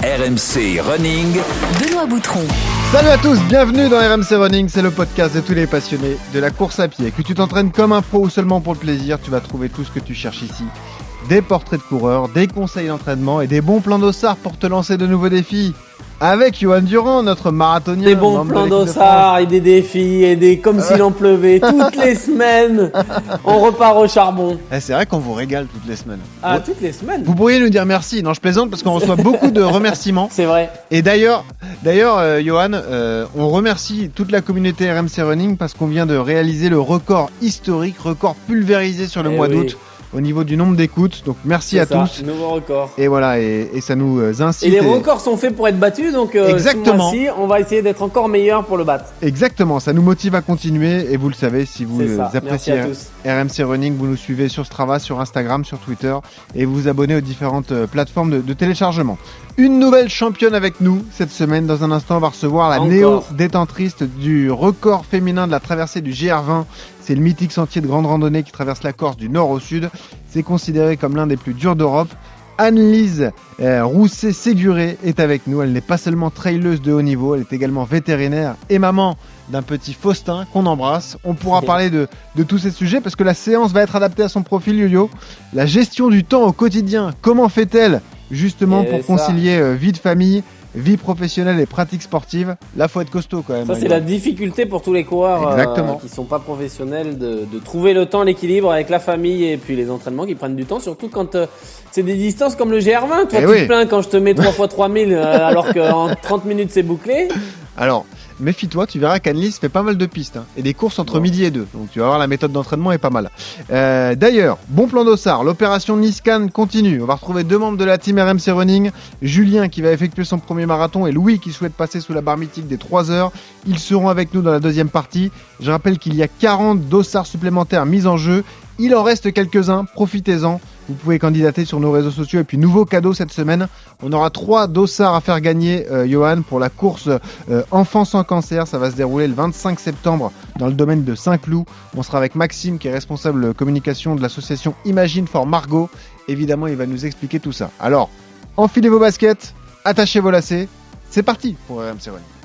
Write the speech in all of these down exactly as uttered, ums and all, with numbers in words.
R M C Running, Benoît Boutron. Salut à tous, bienvenue dans R M C Running, c'est le podcast de tous les passionnés de la course à pied. Que tu t'entraînes comme un pro ou seulement pour le plaisir, tu vas trouver tout ce que tu cherches ici. Des portraits de coureurs, des conseils d'entraînement et des bons plans d'ossard pour te lancer de nouveaux défis. Avec Johan Durand, notre marathonien. Des bons plans d'ossard et des défis et des comme s'il en pleuvait. Toutes les semaines, on repart au charbon. Eh, c'est vrai qu'on vous régale toutes les semaines. Ah, Vous- toutes les semaines. Vous pourriez nous dire merci. Non, je plaisante parce qu'on reçoit beaucoup de remerciements. C'est vrai. Et d'ailleurs, d'ailleurs, euh, Johan, euh, on remercie toute la communauté R M C Running parce qu'on vient de réaliser le record historique, record pulvérisé sur le Eh mois oui. d'août au niveau du nombre d'écoutes. Donc merci C'est à ça, tous. nouveau record. Et voilà, et, et ça nous euh, incite. Et les et- records sont faits pour être battus, donc euh, ce Exactement. mois-ci, on va essayer d'être encore meilleur pour le battre. Exactement, ça nous motive à continuer. Et vous le savez, si vous C'est euh, ça. Merci appréciez à tous. R M C Running, vous nous suivez sur Strava, sur Instagram, sur Twitter et vous vous abonnez aux différentes euh, plateformes de, de téléchargement. Une nouvelle championne avec nous cette semaine. Dans un instant, on va recevoir la Encore. néo-détentrice du record féminin de la traversée du G R vingt. C'est le mythique sentier de grande randonnée qui traverse la Corse du nord au sud. C'est considéré comme l'un des plus durs d'Europe. Anne-Lise euh, Rousset-Séguré est avec nous. Elle n'est pas seulement traileuse de haut niveau, elle est également vétérinaire et maman d'un petit Faustin qu'on embrasse. On pourra Oui. parler de, de tous ces sujets parce que la séance va être adaptée à son profil, Yo-Yo. La gestion du temps au quotidien, comment fait-elle justement Et pour ça. concilier euh, vie de famille, vie professionnelle et pratique sportive? Là, faut être costaud quand même. Ça, hein, c'est Yo. la difficulté pour tous les coureurs euh, Exactement. qui sont pas professionnels de, de trouver le temps, l'équilibre avec la famille et puis les entraînements qui prennent du temps, surtout quand euh, c'est des distances comme le G R vingt. Toi, Eh tu oui. te plains quand je te mets trois fois trois mille euh, alors qu'en trente minutes c'est bouclé. Alors, méfie-toi, tu verras qu'Anne-Lise fait pas mal de pistes hein, et des courses entre Bon. midi et deux. Donc tu vas voir, la méthode d'entraînement est pas mal. Euh, D'ailleurs, bon plan d'ossard, l'opération Niscan continue. On va retrouver deux membres de la team R M C Running, Julien qui va effectuer son premier marathon et Louis qui souhaite passer sous la barre mythique des trois heures. Ils seront avec nous dans la deuxième partie. Je rappelle qu'il y a quarante dossards supplémentaires mis en jeu. Il en reste quelques-uns, profitez-en. Vous pouvez candidater sur nos réseaux sociaux. Et puis, nouveau cadeau cette semaine, on aura trois dossards à faire gagner, euh, Johan, pour la course euh, Enfants sans cancer. Ça va se dérouler le vingt-cinq septembre dans le domaine de Saint-Cloud. On sera avec Maxime, qui est responsable communication de l'association Imagine for Margot. Évidemment, il va nous expliquer tout ça. Alors, enfilez vos baskets, attachez vos lacets. C'est parti pour R M C Running.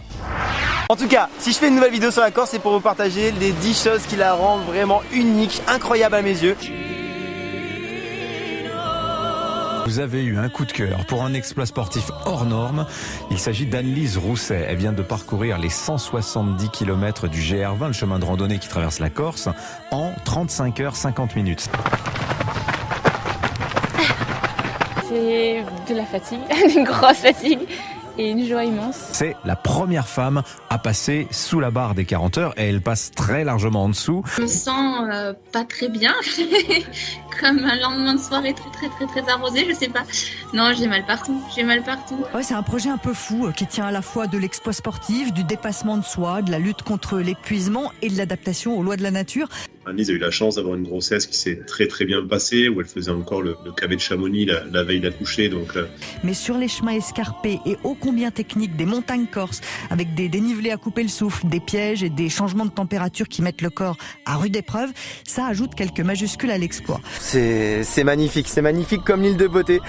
En tout cas, si je fais une nouvelle vidéo sur la Corse, c'est pour vous partager les dix choses qui la rendent vraiment unique, incroyable à mes yeux. Vous avez eu un coup de cœur pour un exploit sportif hors norme. Il s'agit d'Anne-Lise Rousset. Elle vient de parcourir les cent soixante-dix kilomètres du G R vingt, le chemin de randonnée qui traverse la Corse, en trente-cinq heures cinquante minutes. C'est de la fatigue, une grosse fatigue et une joie immense. C'est la première femme à passer sous la barre des quarante heures et elle passe très largement en dessous. Je me sens euh, pas très bien, comme un lendemain de soirée très très très très arrosé, je sais pas. Non, j'ai mal partout, j'ai mal partout. Ouais, c'est un projet un peu fou euh, qui tient à la fois de l'exploit sportif, du dépassement de soi, de la lutte contre l'épuisement et de l'adaptation aux lois de la nature. Anne-Lise a eu la chance d'avoir une grossesse qui s'est très très bien passée, où elle faisait encore le, le cavet de Chamonix la, la veille d'accoucher. Donc, euh, Mais sur les chemins escarpés et ô combien techniques des montagnes corses, avec des dénivelés à couper le souffle, des pièges et des changements de température qui mettent le corps à rude épreuve, ça ajoute quelques majuscules à l'exploit. C'est c'est magnifique, c'est magnifique comme l'île de beauté.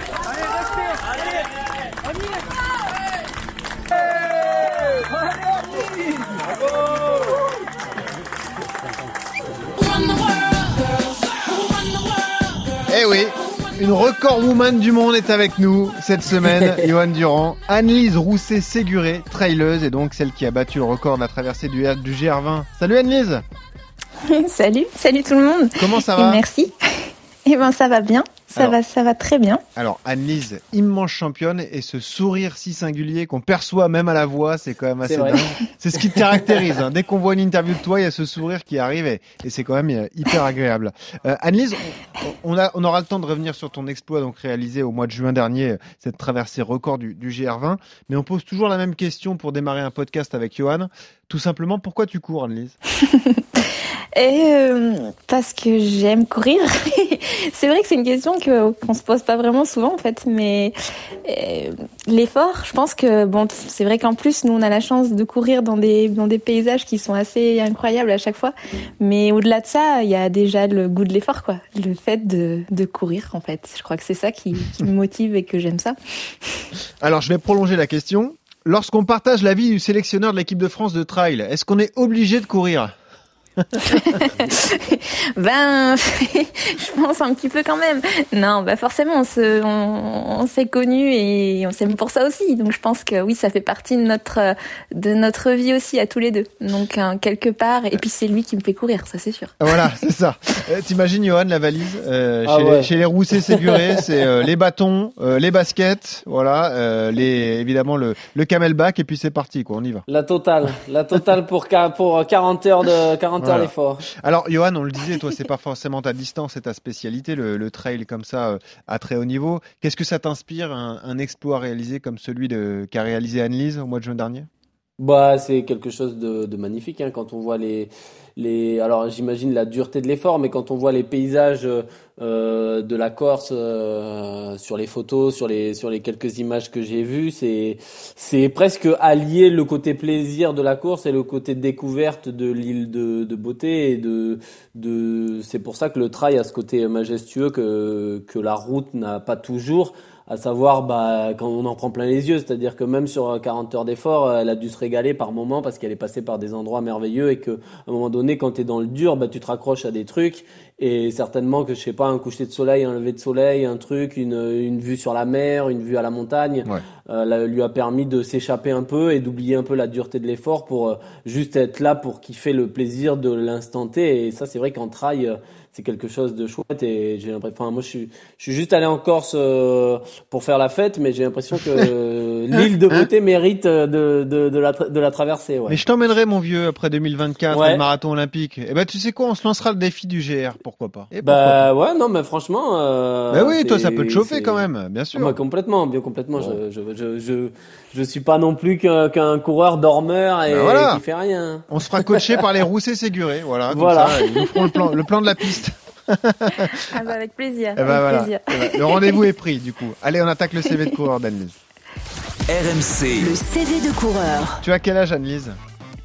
Eh oui, une record woman du monde est avec nous cette semaine, Johan Durand. Anne-Lise Rousset-Séguré, traileuse, et donc celle qui a battu le record de la traversée du, du G R vingt. Salut Anne-Lise. Salut, salut tout le monde. Comment ça Et va? merci. Eh ben ça va bien, ça Alors. va, ça va très bien. Alors Anne-Lise, immense championne, et ce sourire si singulier qu'on perçoit même à la voix, c'est quand même assez C'est vrai. dingue. C'est ce qui te caractérise. Hein. Dès qu'on voit une interview de toi, il y a ce sourire qui arrive et, et c'est quand même euh, hyper agréable. Euh, Anne-Lise, on, on, a, on aura le temps de revenir sur ton exploit donc réalisé au mois de juin dernier, cette traversée record du, du G R vingt, mais on pose toujours la même question pour démarrer un podcast avec Johan. Tout simplement, pourquoi tu cours, Anne-Lise? Et euh, parce que j'aime courir. C'est vrai que c'est une question que, qu'on se pose pas vraiment souvent en fait, mais euh, l'effort, je pense que bon, c'est vrai qu'en plus nous on a la chance de courir dans des dans des paysages qui sont assez incroyables à chaque fois, mais au-delà de ça, il y a déjà le goût de l'effort quoi, le fait de de courir en fait. Je crois que c'est ça qui qui me motive et que j'aime ça. Alors je vais prolonger la question. Lorsqu'on partage l'avis du sélectionneur de l'équipe de France de trail, est-ce qu'on est obligé de courir ? Ben, je pense un petit peu quand même. Non, bah forcément, on, se, on, on s'est connus et on s'aime pour ça aussi. Donc je pense que oui, ça fait partie de notre de notre vie aussi à tous les deux. Donc hein, quelque part, et puis c'est lui qui me fait courir, ça c'est sûr. Voilà, c'est ça. Euh, t'imagines Johan la valise euh, Ah chez, ouais. les, chez les Rousset-Séguré, c'est euh, les bâtons, euh, les baskets, voilà, euh, les évidemment le le camelback et puis c'est parti quoi, on y va. La totale, la totale pour ca- pour quarante heures de quarante Voilà. heures d'effort. Alors Johan, on le disait, toi c'est pas forcément ta distance et ta spécialité, le, le trail comme ça euh, à très haut niveau. Qu'est-ce que ça t'inspire un, un exploit réalisé comme celui de qu'a réalisé Anne-Lise au mois de juin dernier? Bah, c'est quelque chose de, de magnifique hein, quand on voit les les alors j'imagine la dureté de l'effort, mais quand on voit les paysages euh, de la Corse euh, sur les photos, sur les sur les quelques images que j'ai vues, c'est c'est presque allier le côté plaisir de la course et le côté découverte de l'île de de beauté et de de c'est pour ça que le trail a ce côté majestueux que que la route n'a pas toujours. À savoir, bah, quand on en prend plein les yeux, c'est-à-dire que même sur quarante heures d'effort, elle a dû se régaler par moments parce qu'elle est passée par des endroits merveilleux et que, à un moment donné, quand t'es dans le dur, bah, tu te raccroches à des trucs et certainement que, je sais pas, un coucher de soleil, un lever de soleil, un truc, une, une vue sur la mer, une vue à la montagne, Ouais. euh, là, lui a permis de s'échapper un peu et d'oublier un peu la dureté de l'effort pour euh, juste être là pour kiffer le plaisir de l'instant T. Et ça, c'est vrai qu'en trail, euh, c'est quelque chose de chouette et j'ai l'impression, enfin, moi, je suis, je suis juste allé en Corse euh, pour faire la fête, mais j'ai l'impression que euh, l'île de beauté mérite de, de, de la, tra- de la traverser, ouais. Mais je t'emmènerai mon vieux après deux mille vingt-quatre, Ouais. le marathon olympique. Et ben tu sais quoi, on se lancera le défi du G R, pourquoi pas. Et pourquoi Bah, ouais, non, mais franchement, euh, pas. Bah oui, c'est- toi ça peut te chauffer c'est- quand même, bien sûr. Moi, complètement, bien complètement. Bon. Je, je, je, je, je suis pas non plus qu'un, qu'un coureur dormeur et Ben voilà. qui fait rien. On se fera coacher par les Rousset-Séguré, voilà. Comme Voilà. ça, ils nous feront le plan, le plan de la piste. Ah bah avec plaisir. Eh ben avec voilà. plaisir. Eh ben, le rendez-vous est pris du coup. Allez, on attaque le C V de coureur d'Anne-Lise. R M C. Le C V de coureur. Tu as quel âge Anne-Lise?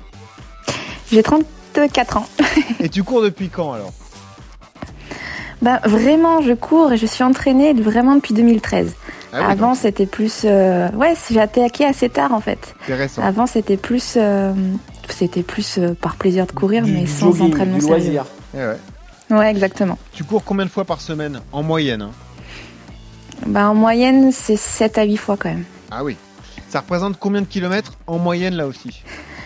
J'ai trente-quatre ans. Et tu cours depuis quand alors? Bah vraiment, je cours et je suis entraînée vraiment depuis deux mille treize. Ah oui, Avant, donc, c'était plus... euh, Ouais, j'ai attaqué assez tard, en fait. c'est récent. Avant, c'était plus... euh, C'était plus euh, par plaisir de courir, Du- mais du sans jogging, entraînement du sérieux. loisir. Eh ouais. Ouais, exactement. Tu cours combien de fois par semaine en moyenne hein? Bah, en moyenne, c'est sept à huit fois quand même. Ah oui. Ça représente combien de kilomètres en moyenne là aussi?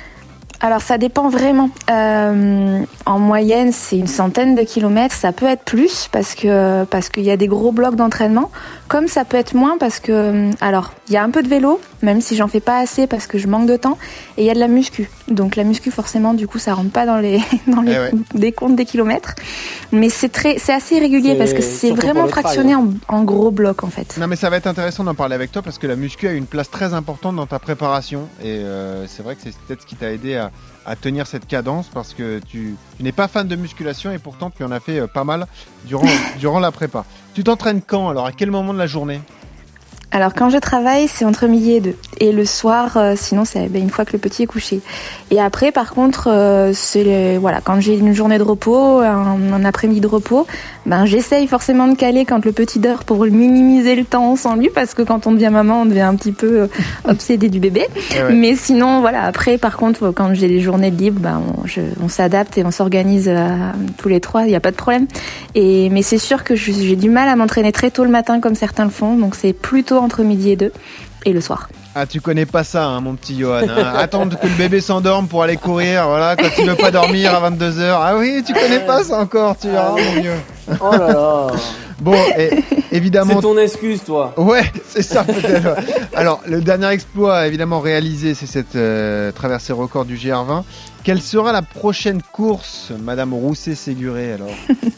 Alors, ça dépend vraiment. Euh, en moyenne, c'est une centaine de kilomètres. Ça peut être plus parce que parce qu'il y a des gros blocs d'entraînement. Comme ça peut être moins parce que... Alors, il y a un peu de vélo, même si j'en fais pas assez parce que je manque de temps. Et il y a de la muscu. Donc, la muscu, forcément, du coup, ça rentre pas dans les, dans les Eh ouais. décomptes des kilomètres. Mais c'est très, c'est assez irrégulier C'est- parce que c'est surtout vraiment pour le trail, fractionné en, en gros blocs, en fait. Non mais ça va être intéressant d'en parler avec toi parce que la muscu a une place très importante dans ta préparation et euh, c'est vrai que c'est peut-être ce qui t'a aidé à, à tenir cette cadence parce que tu, tu n'es pas fan de musculation et pourtant tu en as fait euh, pas mal durant, durant la prépa. Tu t'entraînes quand alors? À quel moment de la journée? Alors quand je travaille, c'est entre midi et deux. Et le soir, euh, sinon c'est ben, une fois que le petit est couché. Et après, par contre, euh, c'est les- voilà, quand j'ai une journée de repos, un, un après-midi de repos, ben j'essaye forcément de caler quand le petit dort pour minimiser le temps sans lui, parce que quand on devient maman, on devient un petit peu euh, obsédé du bébé. Eh ouais. Mais sinon, voilà. Après, par contre, quand j'ai des journées libres, ben on, je, on s'adapte et on s'organise euh, tous les trois. Il n'y a pas de problème. Et mais c'est sûr que je- j'ai du mal à m'entraîner très tôt le matin comme certains le font. Donc c'est plutôt entre midi et deux et le soir. Ah tu connais pas ça hein, mon petit Johan hein. Attendre que le bébé s'endorme pour aller courir, voilà, quand il veut pas dormir à vingt-deux heures. Ah oui, tu connais pas ça encore, tu verras mon vieux. Oh là là. Bon, et, évidemment... C'est ton excuse, toi. Ouais, c'est ça peut-être. Alors, le dernier exploit évidemment réalisé, c'est cette euh, traversée record du G R vingt. Quelle sera la prochaine course, Madame Rousset-Séguré alors?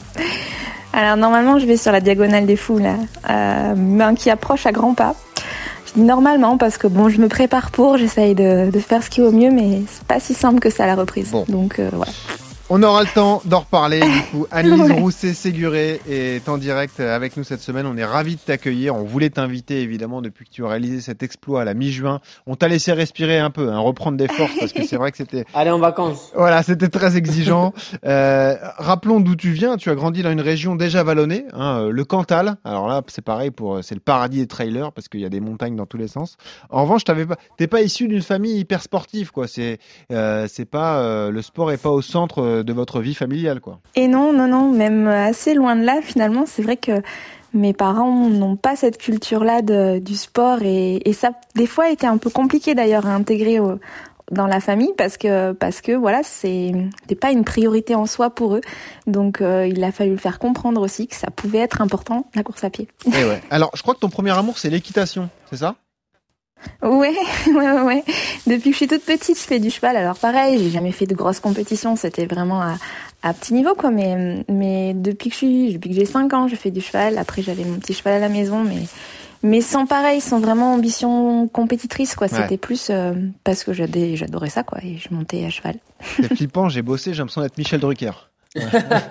Alors normalement, je vais sur la diagonale des fous là, euh, ben, qui approche à grands pas. Je dis normalement parce que bon, je me prépare pour, j'essaye de, de faire ce qui est au mieux, mais c'est pas si simple que ça à la reprise. Bon. Donc euh, voilà. On aura le temps d'en reparler. Du coup, Anne-Lise Ouais. Rousset-Séguré est en direct avec nous cette semaine. On est ravis de t'accueillir. On voulait t'inviter, évidemment, depuis que tu as réalisé cet exploit à la mi-juin. On t'a laissé respirer un peu, hein, reprendre des forces, parce que c'est vrai que c'était... Allez en vacances. Voilà, c'était très exigeant. Euh, rappelons d'où tu viens. Tu as grandi dans une région déjà vallonnée, hein, le Cantal. Alors là, c'est pareil, pour, c'est le paradis des trailers, parce qu'il y a des montagnes dans tous les sens. En revanche, t'avais pas, t'es pas issu d'une famille hyper sportive, quoi. C'est, euh, c'est pas, euh, le sport est pas au centre de votre vie familiale, quoi. Et non, non, non, même assez loin de là, finalement, c'est vrai que mes parents n'ont pas cette culture-là de, du sport et, et ça, des fois, a été un peu compliqué d'ailleurs à intégrer au, dans la famille parce que, parce que voilà, c'est, c'était pas une priorité en soi pour eux. Donc, euh, il a fallu le faire comprendre aussi que ça pouvait être important, la course à pied. Et ouais. Alors, je crois que ton premier amour, c'est l'équitation, c'est ça? Ouais, ouais, ouais, ouais. Depuis que je suis toute petite, je fais du cheval. Alors pareil, j'ai jamais fait de grosses compétitions. C'était vraiment à, à petit niveau, quoi. Mais, mais depuis que je suis, depuis que j'ai cinq ans, je fais du cheval. Après, j'avais mon petit cheval à la maison, mais, mais sans pareil, sans vraiment ambition compétitrice, quoi. C'était Ouais. plus euh, parce que j'adorais, j'adorais ça, quoi. Et je montais à cheval. C'est flippant, j'ai bossé, j'ai l'impression d'être Michel Drucker. Ouais.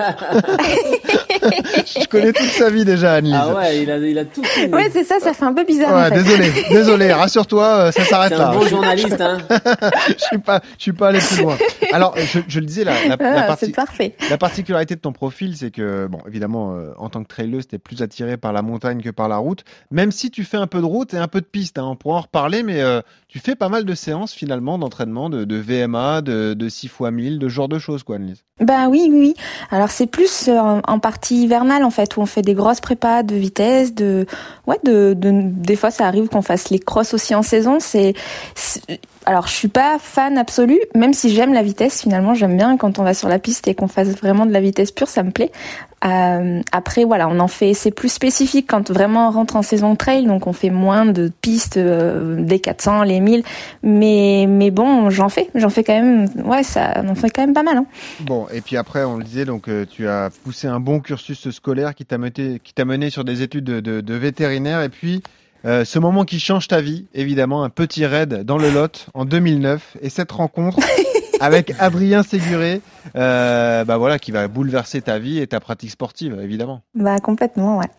Je connais toute sa vie déjà, Anne-Lise. Ah ouais, il a, il a tout fait. Ouais, c'est ça, ça fait un peu bizarre. Ouais, en fait. désolé, désolé, rassure-toi, euh, ça s'arrête C'est là. un bon journaliste, hein. je suis pas, je suis pas allé plus loin. Alors, je, je le disais, la, la, la, Ah, partie, c'est parfait. la particularité de ton profil, c'est que, bon, évidemment, euh, en tant que traileuse, t'es plus attiré par la montagne que par la route. Même si tu fais un peu de route et un peu de piste, hein, on pourra en reparler, mais euh, tu fais pas mal de séances finalement d'entraînement, de, de V M A, de, de six fois mille, de ce genre de choses, quoi, Anne-Lise. Bah oui, oui, oui. Alors c'est plus euh, en, en partie hivernale en fait, où on fait des grosses prépas de vitesse, de, ouais, de, de, des fois ça arrive qu'on fasse les crosses aussi en saison. C'est, c'est- alors je suis pas fan absolue, même si j'aime la vitesse. Finalement, j'aime bien quand on va sur la piste et qu'on fasse vraiment de la vitesse pure, ça me plaît. Euh, après voilà, on en fait, c'est plus spécifique quand vraiment on rentre en saison trail, donc on fait moins de pistes, euh, des quatre cents, les mille. Mais mais bon, j'en fais, j'en fais quand même. Ouais, ça, on en fait quand même pas mal. Hein. Bon, et puis après, on le disait, donc euh, tu as poussé un bon cursus scolaire qui t'a mené, qui t'a mené sur des études de, de, de vétérinaire, et puis euh, ce moment qui change ta vie, évidemment, un petit raid dans le Lot en deux mille neuf, et cette rencontre avec Adrien Séguré, euh, bah voilà, qui va bouleverser ta vie et ta pratique sportive, évidemment. Bah complètement, ouais.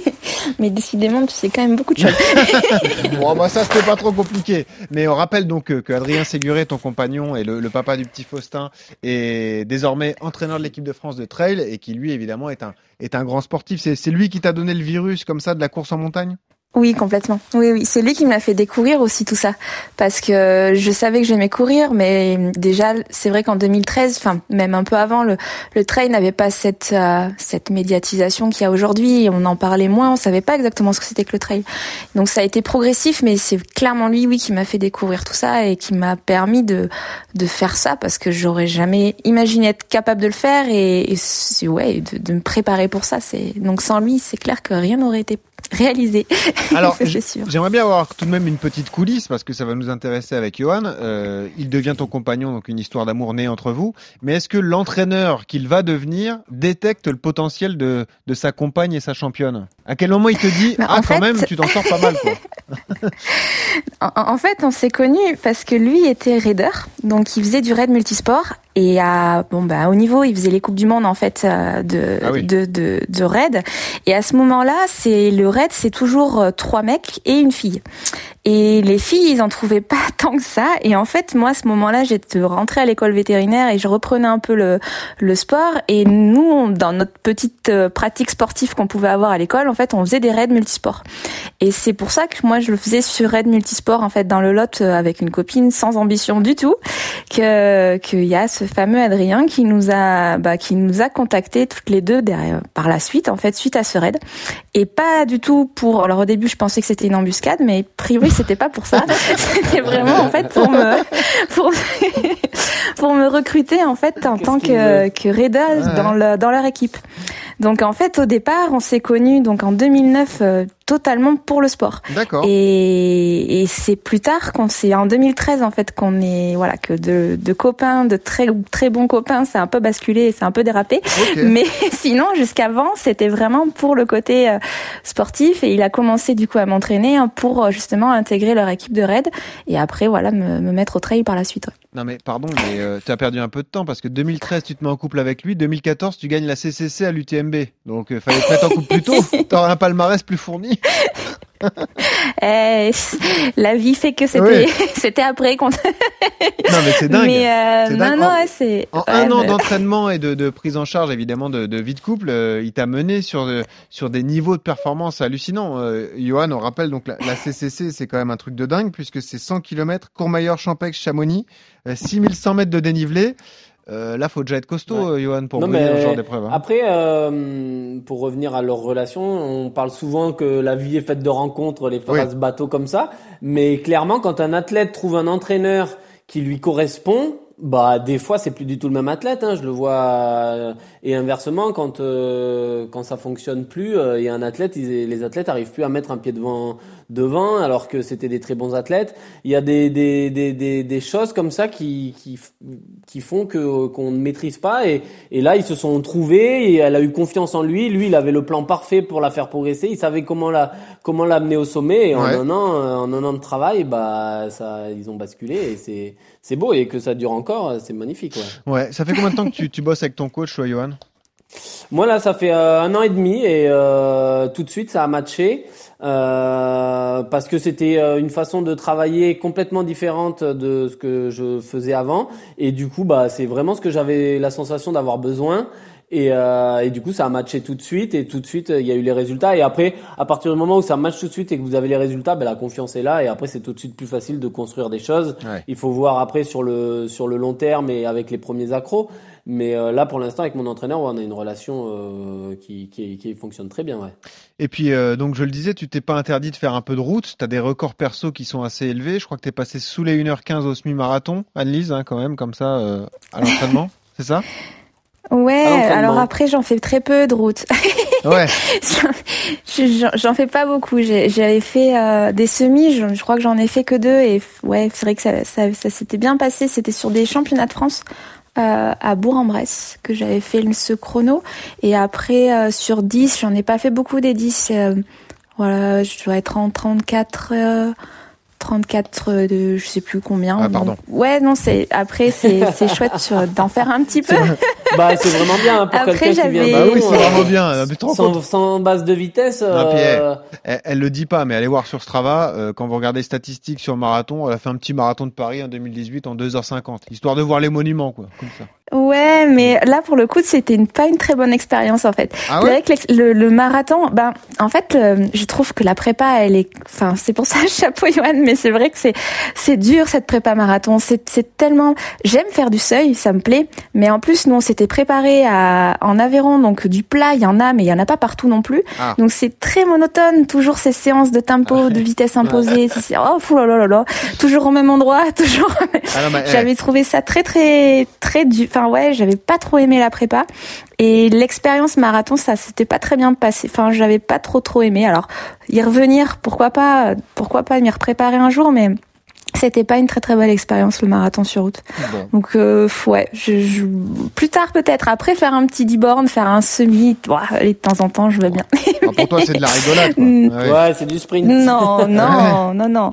Mais décidément, tu sais quand même beaucoup de choses. Bon, bah ça, c'était pas trop compliqué. Mais on rappelle donc que, que Adrien Séguré, ton compagnon et le, le papa du petit Faustin, est désormais entraîneur de l'équipe de France de trail et qui, lui, évidemment, est un, est un grand sportif. C'est, c'est lui qui t'a donné le virus comme ça de la course en montagne? Oui, complètement. Oui, oui. C'est lui qui m'a fait découvrir aussi tout ça. Parce que je savais que j'aimais courir, mais déjà, c'est vrai qu'en deux mille treize, enfin, même un peu avant, le, le trail n'avait pas cette, euh, cette médiatisation qu'il y a aujourd'hui. On en parlait moins, on savait pas exactement ce que c'était que le trail. Donc ça a été progressif, mais c'est clairement lui, oui, qui m'a fait découvrir tout ça et qui m'a permis de, de faire ça parce que j'aurais jamais imaginé être capable de le faire et, et c'est- ouais, de, de me préparer pour ça. C'est, donc sans lui, c'est clair que rien n'aurait été réalisé. Alors, Ça, j- c'est sûr. j'aimerais bien avoir tout de même une petite coulisse parce que ça va nous intéresser avec Johan. Euh, il devient ton compagnon, donc une histoire d'amour née entre vous. Mais est-ce que l'entraîneur qu'il va devenir détecte le potentiel de, de sa compagne et sa championne? À quel moment il te dit Bah, ah en quand fait- même tu t'en sors pas mal quoi? En, en fait, on s'est connus parce que lui était raider, donc il faisait du raid multisport et à bon bah au niveau, il faisait les coupes du monde en fait euh, de Ah oui. de, de de raid. Et à ce moment-là, c'est le raid, c'est toujours euh, trois mecs et une fille. Et les filles, ils en trouvaient pas tant que ça. Et en fait, moi, à ce moment-là, j'étais rentrée à l'école vétérinaire et je reprenais un peu le, le sport. Et nous, on- dans notre petite euh, pratique sportive qu'on pouvait avoir à l'école, en fait, on faisait des raids multisports. Et c'est pour ça que moi, je le faisais sur raid multisport, en fait, dans le Lot, euh, avec une copine sans ambition du tout, que qu'il y a ce fameux Adrien qui nous a, bah, qui nous a contactés toutes les deux derrière, par la suite, en fait, suite à ce raid. Et pas du tout pour. Alors au début, je pensais que c'était une embuscade, mais a priori, c'était pas pour ça. C'était vraiment en fait pour me pour pour me recruter en fait en Qu'est-ce tant qu'ils que veulent que raider Ouais. dans le dans leur équipe. Donc en fait, au départ, on s'est connus donc en deux mille neuf, euh, totalement pour le sport. D'accord. Et, et c'est plus tard, qu'on c'est en deux mille treize en fait qu'on est voilà que de, de copains, de très très bons copains, c'est un peu basculé, et c'est un peu dérapé. Okay. Mais sinon, jusqu'avant, c'était vraiment pour le côté euh, sportif. Et il a commencé du coup à m'entraîner hein, pour euh, justement intégrer leur équipe de raid. Et après, voilà, me, me mettre au trail par la suite. Ouais. Non mais pardon, mais euh, tu as perdu un peu de temps parce que deux mille treize, tu te mets en couple avec lui, deux mille quatorze, tu gagnes la C C C à l'U T M B. Donc euh, fallait te mettre en couple plus tôt. T'aurais un palmarès plus fourni. Eh, la vie fait que c'était oui. c'était après qu'on. Non mais c'est dingue. Mais euh, c'est non dingue. non en, ouais, c'est. En ouais, un an mais... d'entraînement et de, de prise en charge évidemment de, de vie de couple, euh, il t'a mené sur de, sur des niveaux de performance hallucinants. Euh, Johan, on rappelle donc la, la C C C, c'est quand même un truc de dingue puisque c'est cent kilomètres, Courmayeur, Champeix, Chamonix, euh, six mille cent mètres de dénivelé. Euh, là, faut déjà être costaud, ouais. Johan, pour briller ce genre d'épreuve. Hein. Après, euh, pour revenir à leur relation, on parle souvent que la vie est faite de rencontres, les phrases oui. bateau comme ça. Mais clairement, quand un athlète trouve un entraîneur qui lui correspond, bah des fois c'est plus du tout le même athlète. Hein, je le vois. Euh, et inversement, quand euh, quand ça fonctionne plus, il euh, y a un athlète, ils, les athlètes arrivent plus à mettre un pied devant devant, alors que c'était des très bons athlètes. Il y a des des des des, des choses comme ça qui qui qui font que qu'on ne maîtrise pas. Et et là ils se sont trouvés et elle a eu confiance en lui. Lui, il avait le plan parfait pour la faire progresser. Il savait comment la comment l'amener au sommet. Et en ouais. un an en un an de travail, bah ça ils ont basculé et c'est c'est beau et que ça dure encore, c'est magnifique. Ouais. Ouais. Ça fait combien de temps que tu tu bosses avec ton coach, toi, Johan? Moi là, ça fait euh, un an et demi et euh, tout de suite ça a matché euh, parce que c'était euh, une façon de travailler complètement différente de ce que je faisais avant et du coup bah c'est vraiment ce que j'avais la sensation d'avoir besoin. Et, euh, et du coup, ça a matché tout de suite et tout de suite, il y a eu les résultats. Et après, à partir du moment où ça matche tout de suite et que vous avez les résultats, ben la confiance est là. Et après, c'est tout de suite plus facile de construire des choses. Ouais. Il faut voir après sur le sur le long terme et avec les premiers accros. Mais euh, là, pour l'instant, avec mon entraîneur, on a une relation euh, qui, qui qui fonctionne très bien. Ouais. Et puis, euh, donc, je le disais, tu t'es pas interdit de faire un peu de route. Tu as des records perso qui sont assez élevés. Je crois que tu es passé sous les une heure quinze au semi-marathon, Anne-Lise, hein, quand même, comme ça, euh, à l'entraînement. C'est ça? Ouais, alors après j'en fais très peu de route. Ouais. j'en, j'en fais pas beaucoup. J'ai, j'avais fait euh, des semis, je, je crois que j'en ai fait que deux et ouais, c'est vrai que ça, ça, ça s'était bien passé. C'était sur des championnats de France euh, à Bourg-en-Bresse que j'avais fait ce chrono. Et après euh, sur dix, j'en ai pas fait beaucoup des dix. Euh, voilà, je dois être en trente-quatre. Euh, trente-quatre de je sais plus combien. Ah, pardon. Donc, ouais, non, c'est après c'est c'est chouette sur, d'en faire un petit peu. Bah c'est vraiment bien hein, pour après, quelqu'un qui vient de Bah oui, c'est vraiment bien. Sans, sans base de vitesse. Non, euh... puis elle, elle, elle le dit pas, mais allez voir sur Strava. Euh, quand vous regardez les statistiques sur le marathon, elle a fait un petit marathon de Paris en deux mille dix-huit en deux heures cinquante, histoire de voir les monuments, quoi, comme ça. Ouais, mais là pour le coup c'était une, pas une très bonne expérience en fait. Ah ouais. Avec le, le marathon, ben en fait le, je trouve que la prépa elle est, enfin c'est pour ça chapeau Johan, mais c'est vrai que c'est c'est dur cette prépa marathon. C'est c'est tellement, j'aime faire du seuil, ça me plaît, mais en plus nous on s'était préparé à en Aveyron, donc du plat il y en a, mais il y en a pas partout non plus. Ah. Donc c'est très monotone, toujours ces séances de tempo, ah ouais. de vitesse imposée. Ouais. C'est, oh fou là là là là, toujours au même endroit, toujours. Ah non, mais, j'avais hey. trouvé ça très très très dur. Enfin ouais, j'avais pas trop aimé la prépa et l'expérience marathon, ça s'était pas très bien passé. Enfin, j'avais pas trop trop aimé. Alors, y revenir, pourquoi pas, pourquoi pas m'y repréparer un jour, mais c'était pas une très très belle expérience le marathon sur route. Bon. Donc euh, ouais, je, je, plus tard peut-être. Après faire un petit dix bornes, faire un semi, ouah, allez, de temps en temps, je veux bien. Ah, pour toi, c'est de la rigolade, quoi. Ouais, ouais c'est du sprint. Non, non, non, non,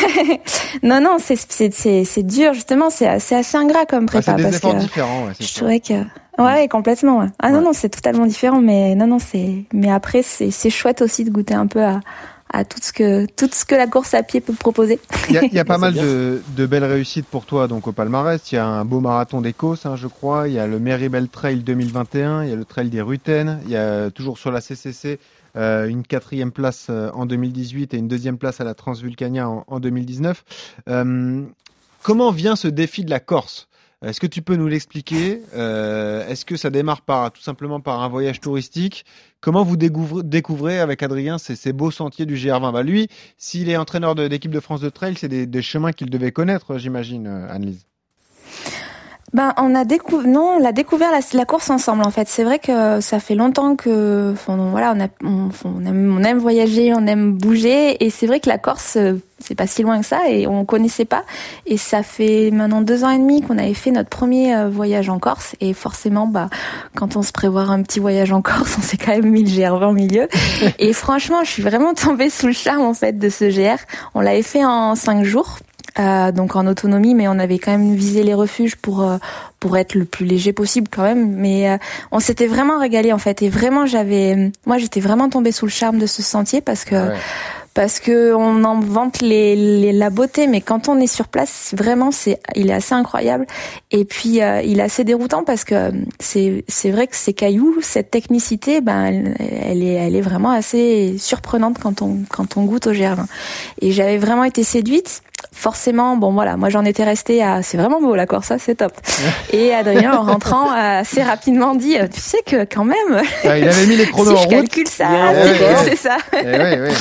non, non, c'est c'est c'est c'est dur justement. C'est c'est assez ingrat comme prépa. Ah, c'est des parce efforts que différents. Ouais, je trouvais que ouais, complètement. Ouais. Ah ouais. non, non, c'est totalement différent. Mais non, non, c'est. Mais après, c'est c'est chouette aussi de goûter un peu à. à tout ce que tout ce que la course à pied peut proposer. Il y a, il y a pas mal de, de belles réussites pour toi donc au palmarès. Il y a un beau marathon d'Écosse, hein, je crois. Il y a le Meribel Trail deux mille vingt et un. Il y a le Trail des Rutennes. Il y a toujours sur la C C C euh, une quatrième place euh, en deux mille dix-huit et une deuxième place à la Transvulcania en, en deux mille dix-neuf. Euh, comment vient ce défi de la Corse ? Est-ce que tu peux nous l'expliquer ? euh, Est-ce que ça démarre par tout simplement par un voyage touristique ? Comment vous découvrez, découvrez avec Adrien ces, ces beaux sentiers du G R vingt ? Bah lui, s'il est entraîneur de, d'équipe de France de trail, c'est des, des chemins qu'il devait connaître, j'imagine, Anne-Lise. Ben, on a découvert, non, on a découvert la, la course ensemble, en fait. C'est vrai que ça fait longtemps que, enfin, voilà, on a, on, on aime, on aime voyager, on aime bouger, et c'est vrai que la Corse, c'est pas si loin que ça, et on connaissait pas. Et ça fait maintenant deux ans et demi qu'on avait fait notre premier voyage en Corse, et forcément, bah, quand on se prévoit un petit voyage en Corse, on s'est quand même mis le G R vingt au milieu. Et franchement, je suis vraiment tombée sous le charme, en fait, de ce G R. On l'avait fait en cinq jours. Euh, donc en autonomie, mais on avait quand même visé les refuges pour euh, pour être le plus léger possible quand même. Mais euh, on s'était vraiment régalé en fait, et vraiment j'avais, moi j'étais vraiment tombée sous le charme de ce sentier parce que ouais. parce que on en vante les, les la beauté, mais quand on est sur place, vraiment c'est, il est assez incroyable. Et puis euh, il est assez déroutant parce que c'est c'est vrai que ces cailloux, cette technicité, ben elle, elle est elle est vraiment assez surprenante quand on quand on goûte au G R vingt. Et j'avais vraiment été séduite. Forcément, bon voilà, moi j'en étais restée à, c'est vraiment beau la Corse, ça c'est top. Et Adrien en rentrant a assez rapidement dit, tu sais que quand même, ah, il avait mis les chronos si en je route. calcule ça, yeah, c'est, ouais. c'est ça. Eh ouais, ouais.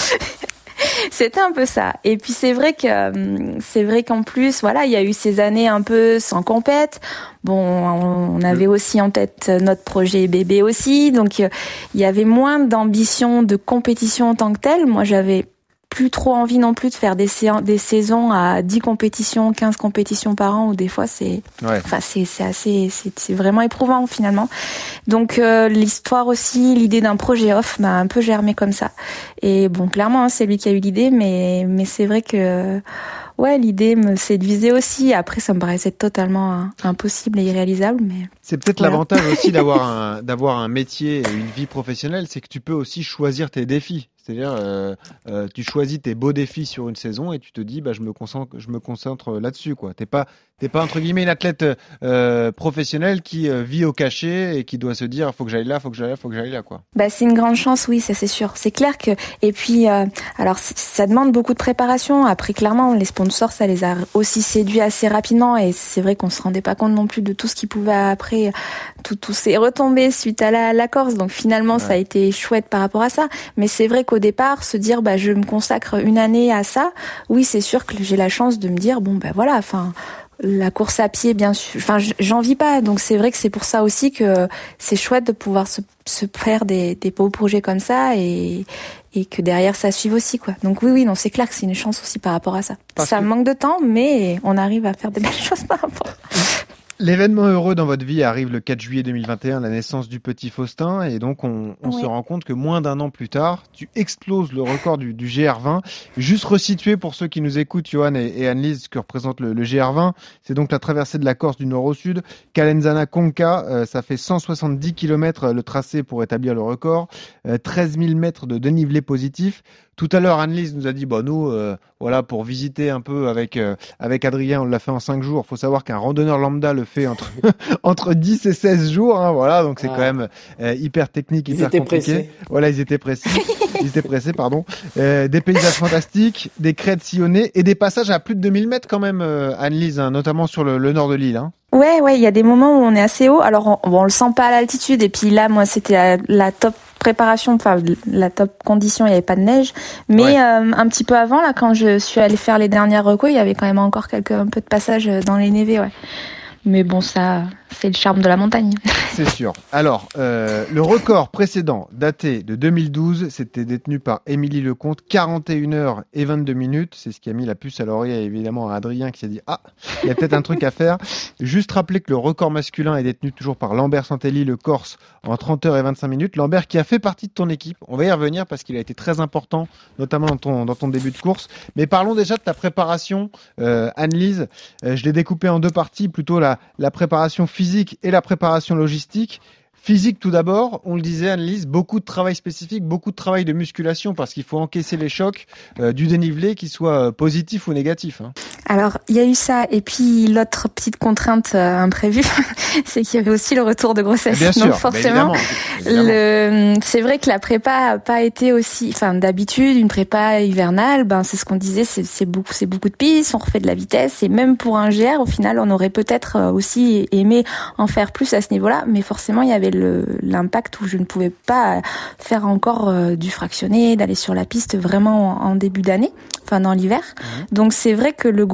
C'était un peu ça. Et puis c'est vrai que c'est vrai qu'en plus, voilà, il y a eu ces années un peu sans compète. Bon, on avait aussi en tête notre projet bébé aussi, donc il y avait moins d'ambition de compétition en tant que telle. Moi, j'avais plus trop envie non plus de faire des, sé- des saisons à dix compétitions, quinze compétitions par an, où des fois c'est, ouais. enfin c'est, c'est assez, c'est, c'est vraiment éprouvant finalement. Donc euh, l'histoire aussi, l'idée d'un projet off m'a un peu germé comme ça. Et bon, clairement, hein, c'est lui qui a eu l'idée, mais mais c'est vrai que ouais, l'idée me séduisait aussi. Après, ça me paraissait totalement hein, impossible et irréalisable, mais c'est peut-être voilà. L'avantage aussi d'avoir un d'avoir un métier et une vie professionnelle, c'est que tu peux aussi choisir tes défis. C'est-à-dire, euh, euh, tu choisis tes beaux défis sur une saison et tu te dis, bah, je me concentre, je me concentre là-dessus, quoi. T'es pas, t'es pas entre guillemets une athlète euh, professionnelle qui euh, vit au cachet et qui doit se dire, faut que j'aille là, faut que j'aille là, faut que j'aille là, quoi. Bah, c'est une grande chance, oui, ça c'est sûr. C'est clair que, et puis, euh, alors, ça demande beaucoup de préparation. Après, clairement, les sponsors, ça les a aussi séduits assez rapidement, et c'est vrai qu'on se rendait pas compte non plus de tout ce qui pouvait après, tout, tout s'est retombé suite à la, la Corse. Donc finalement, ouais. Ça a été chouette par rapport à ça. Mais c'est vrai qu'au départ, se dire bah je me consacre une année à ça, oui c'est sûr que j'ai la chance de me dire bon ben bah, voilà, enfin la course à pied bien sûr, enfin j'en vis pas, donc c'est vrai que c'est pour ça aussi que c'est chouette de pouvoir se, se faire des, des beaux projets comme ça et et que derrière ça suive aussi quoi. Donc oui oui non c'est clair que c'est une chance aussi par rapport à ça. Parce ça que... manque de temps mais on arrive à faire des belles choses par rapport. L'événement heureux dans votre vie arrive le quatre juillet deux mille vingt et un, la naissance du petit Faustin, et donc on, on oui. se rend compte que moins d'un an plus tard, tu exploses le record du, du G R vingt. Juste resituer pour ceux qui nous écoutent, Johan et, et Anne-Lise, ce que représente le, le G R vingt, c'est donc la traversée de la Corse du nord au sud, Calenzana-Conca, euh, ça fait cent soixante-dix kilomètres le tracé pour établir le record, euh, treize mille mètres de dénivelé positif. Tout à l'heure, Anne-Lise nous a dit, bah nous, euh, voilà, pour visiter un peu avec euh, avec Adrien, on l'a fait en cinq jours. Faut savoir qu'un randonneur lambda le fait entre entre dix et seize jours, hein, voilà. Donc c'est ah. quand même euh, hyper technique, hyper ils compliqué. Pressés. Voilà, ils étaient pressés, ils étaient pressés, pardon. Euh, des paysages fantastiques, des crêtes sillonnées et des passages à plus de deux mille mètres quand même, euh, Anne-Lise, hein, notamment sur le, le nord de l'île. Hein. Ouais, ouais, il y a des moments où on est assez haut. Alors on, bon, on le sent pas à l'altitude. Et puis là, moi, c'était la, la top préparation, enfin la top condition, il y avait pas de neige. Mais ouais. euh, un petit peu avant, là, quand je suis allée faire les dernières recos, il y avait quand même encore quelques un peu de passage dans les névés, ouais. Mais bon, ça, c'est le charme de la montagne. C'est sûr. Alors, euh, le record précédent, daté de deux mille douze, c'était détenu par Émilie Lecomte, quarante et une heures et vingt-deux minutes. C'est ce qui a mis la puce à l'oreille, évidemment, à Adrien, qui s'est dit « Ah, il y a peut-être un truc à faire ». Juste rappeler que le record masculin est détenu toujours par Lambert Santelli, le Corse, en trente heures et vingt-cinq minutes. Lambert qui a fait partie de ton équipe. On va y revenir parce qu'il a été très important, notamment dans ton, dans ton début de course. Mais parlons déjà de ta préparation, euh, Anne-Lise. Euh, je l'ai découpé en deux parties, plutôt la la préparation physique et la préparation logistique. Physique tout d'abord, on le disait Anne-Lise, beaucoup de travail spécifique, beaucoup de travail de musculation parce qu'il faut encaisser les chocs euh, du dénivelé, qu'ils soient positifs ou négatifs. Hein. Alors, il y a eu ça, et puis l'autre petite contrainte euh, imprévue, c'est qu'il y avait aussi le retour de grossesse. Bien Donc sûr, forcément, bah évidemment, évidemment. Le, c'est vrai que la prépa a pas été aussi, enfin d'habitude, une prépa hivernale, ben c'est ce qu'on disait, c'est, c'est beaucoup, c'est beaucoup de pistes, on refait de la vitesse, et même pour un G R, au final, on aurait peut-être aussi aimé en faire plus à ce niveau-là, mais forcément, il y avait le, l'impact où je ne pouvais pas faire encore euh, du fractionné, d'aller sur la piste vraiment en, en début d'année, enfin dans l'hiver. Mmh. Donc c'est vrai que le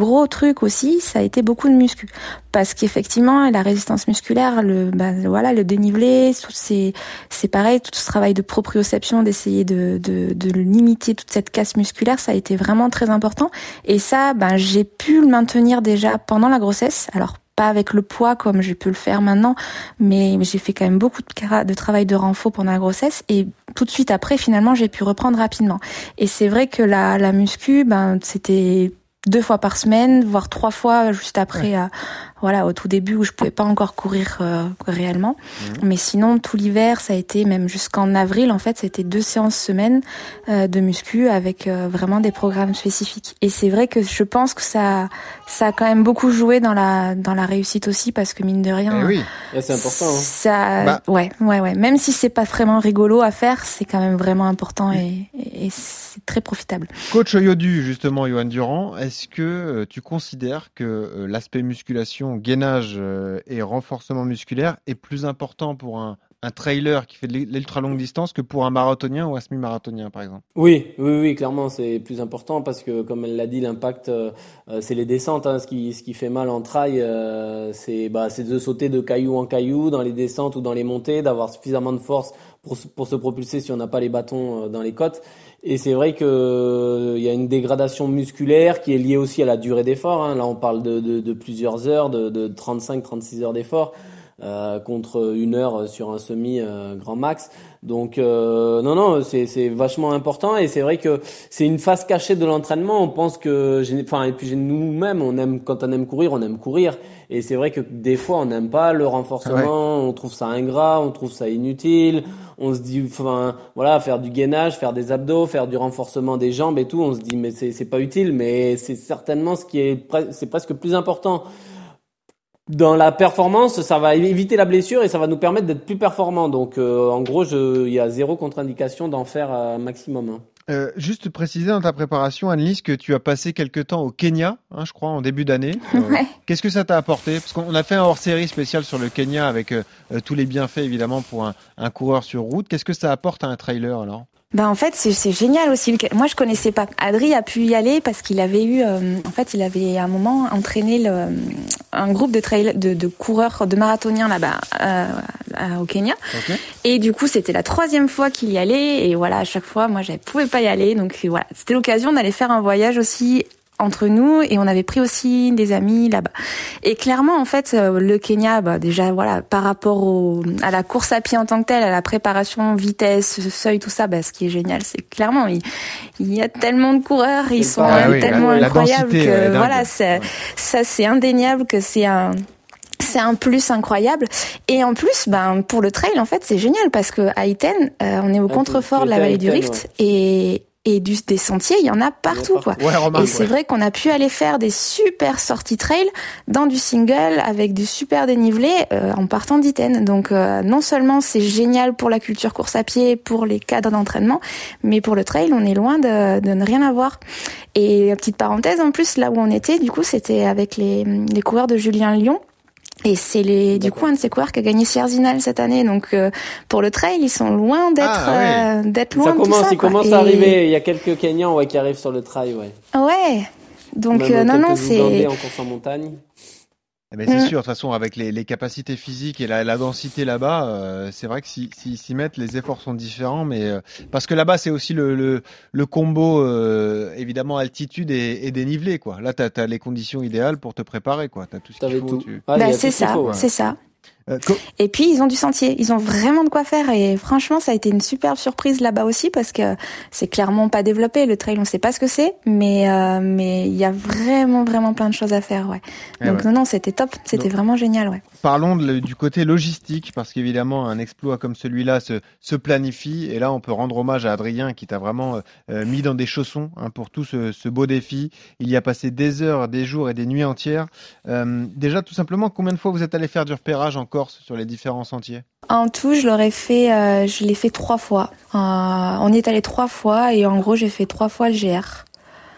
gros truc aussi, ça a été beaucoup de muscu. Parce qu'effectivement, la résistance musculaire, le, bah, voilà, le dénivelé, tout c'est, c'est pareil, tout ce travail de proprioception, d'essayer de, de, de limiter toute cette casse musculaire, ça a été vraiment très important. Et ça, ben, j'ai pu le maintenir déjà pendant la grossesse. Alors, pas avec le poids comme j'ai pu le faire maintenant, mais j'ai fait quand même beaucoup de, de travail de renfort pendant la grossesse et tout de suite après, finalement, j'ai pu reprendre rapidement. Et c'est vrai que la, la muscu, ben, c'était deux fois par semaine, voire trois fois juste après, ouais. euh, voilà, au tout début où je pouvais pas encore courir euh, réellement. Mmh. Mais sinon, tout l'hiver, ça a été, même jusqu'en avril, en fait, c'était deux séances semaine euh, de muscu avec euh, vraiment des programmes spécifiques. Et c'est vrai que je pense que ça, ça a quand même beaucoup joué dans la dans la réussite aussi, parce que mine de rien, eh oui. ouais, c'est important. Hein. Ça, bah. ouais, ouais, ouais. Même si c'est pas vraiment rigolo à faire, c'est quand même vraiment important et, et, et c'est très profitable. Coach Yodu, justement, Johan Durand, est-ce que euh, tu considères que euh, l'aspect musculation, gainage euh, et renforcement musculaire est plus important pour un, un trailer qui fait de l'ultra longue distance que pour un marathonien ou un semi-marathonien, par exemple? Oui, oui, oui, clairement, c'est plus important parce que, comme elle l'a dit, l'impact, euh, c'est les descentes. Hein, ce qui, ce qui fait mal en trail, euh, c'est, bah, c'est de sauter de caillou en caillou dans les descentes ou dans les montées, d'avoir suffisamment de force pour, pour se propulser si on n'a pas les bâtons dans les côtes. Et c'est vrai que euh, il y a une dégradation musculaire qui est liée aussi à la durée d'effort. Hein. Là, on parle de, de, de plusieurs heures, de, de trente-cinq, trente-six heures d'effort. Euh, contre une heure sur un semi euh, grand max. Donc euh, non non, c'est c'est vachement important et c'est vrai que c'est une face cachée de l'entraînement. On pense que enfin et puis nous-mêmes on aime quand on aime courir, on aime courir et c'est vrai que des fois on n'aime pas le renforcement, ouais. On trouve ça ingrat, on trouve ça inutile. On se dit enfin voilà, faire du gainage, faire des abdos, faire du renforcement des jambes et tout, on se dit mais c'est c'est pas utile, mais c'est certainement ce qui est c'est presque plus important. Dans la performance, ça va éviter la blessure et ça va nous permettre d'être plus performants. Donc, euh, en gros, je, il y a zéro contre-indication d'en faire un maximum. Hein. Euh, juste préciser dans ta préparation, Annelise, que tu as passé quelques temps au Kenya, hein, je crois, en début d'année. Euh, ouais. Qu'est-ce que ça t'a apporté? Parce qu'on a fait un hors-série spécial sur le Kenya avec euh, tous les bienfaits, évidemment, pour un, un coureur sur route. Qu'est-ce que ça apporte à un trailer, alors? Ben en fait c'est, c'est génial aussi. Moi je connaissais pas. Adri a pu y aller parce qu'il avait eu, euh, en fait il avait à un moment entraîné le, un groupe de trail, de, de coureurs, de marathoniens là-bas euh, au Kenya. Okay. Et du coup c'était la troisième fois qu'il y allait et voilà à chaque fois moi je pouvais pas y aller donc voilà c'était l'occasion d'aller faire un voyage aussi entre nous et on avait pris aussi des amis là-bas. Et clairement en fait le Kenya bah déjà voilà par rapport au à la course à pied en tant que telle, à la préparation, vitesse, seuil tout ça, bah ce qui est génial c'est clairement il, il y a tellement de coureurs, c'est ils sont ah, oui, tellement la, incroyables la densité, que voilà c'est, ouais. ça c'est indéniable que c'est un c'est un plus incroyable et en plus ben pour le trail en fait c'est génial parce que à Iten euh, on est au ah, contrefort de la vallée du Rift ouais. et Et du, des sentiers, il y en a partout, quoi. Ouais, remarque, et c'est ouais. vrai qu'on a pu aller faire des super sorties trail dans du single avec du super dénivelé euh, en partant d'Iten. Donc euh, non seulement c'est génial pour la culture course à pied, pour les cadres d'entraînement, mais pour le trail, on est loin de, de ne rien avoir. Et petite parenthèse, en plus, là où on était, du coup, c'était avec les, les coureurs de Julien Lyon. Et c'est les, du coup, un de ces coureurs qui a gagné Sierzinal cette année. Donc, euh, pour le trail, ils sont loin d'être, ah, ouais. euh, d'être loin ça de commence, tout ça. Il commence et... à arriver. Il y a quelques Kenyans, ouais, qui arrivent sur le trail, ouais. Ouais. Donc, euh, non, non, c'est. Ougandais en course en montagne. Eh ben, c'est mmh. sûr, de toute façon, avec les, les capacités physiques et la, la densité là-bas, euh, c'est vrai que s'ils si, si, s'y mettent, les efforts sont différents, mais euh, parce que là-bas, c'est aussi le, le, le combo, euh, évidemment, altitude et, et dénivelé, quoi. Là, t'as, t'as les conditions idéales pour te préparer, quoi. T'as tout ce qu'il faut. Tout. Tu... Ah, bah, c'est ça, faut, ouais. c'est ça. Euh, co- et puis ils ont du sentier, ils ont vraiment de quoi faire et franchement ça a été une superbe surprise là-bas aussi parce que c'est clairement pas développé, le trail on sait pas ce que c'est mais euh, mais il y a vraiment vraiment plein de choses à faire ouais. Donc ouais. non non c'était top, c'était Donc, vraiment génial ouais. Parlons de, du côté logistique parce qu'évidemment un exploit comme celui-là se, se planifie et là on peut rendre hommage à Adrien qui t'a vraiment euh, mis dans des chaussons hein, pour tout ce, ce beau défi. Il y a passé des heures, des jours et des nuits entières. Euh, déjà tout simplement combien de fois vous êtes allé faire du repérage en Corse sur les différents sentiers? En tout, je l'aurais fait, euh, je l'ai fait trois fois. Euh, on y est allé trois fois et en gros, j'ai fait trois fois le G R.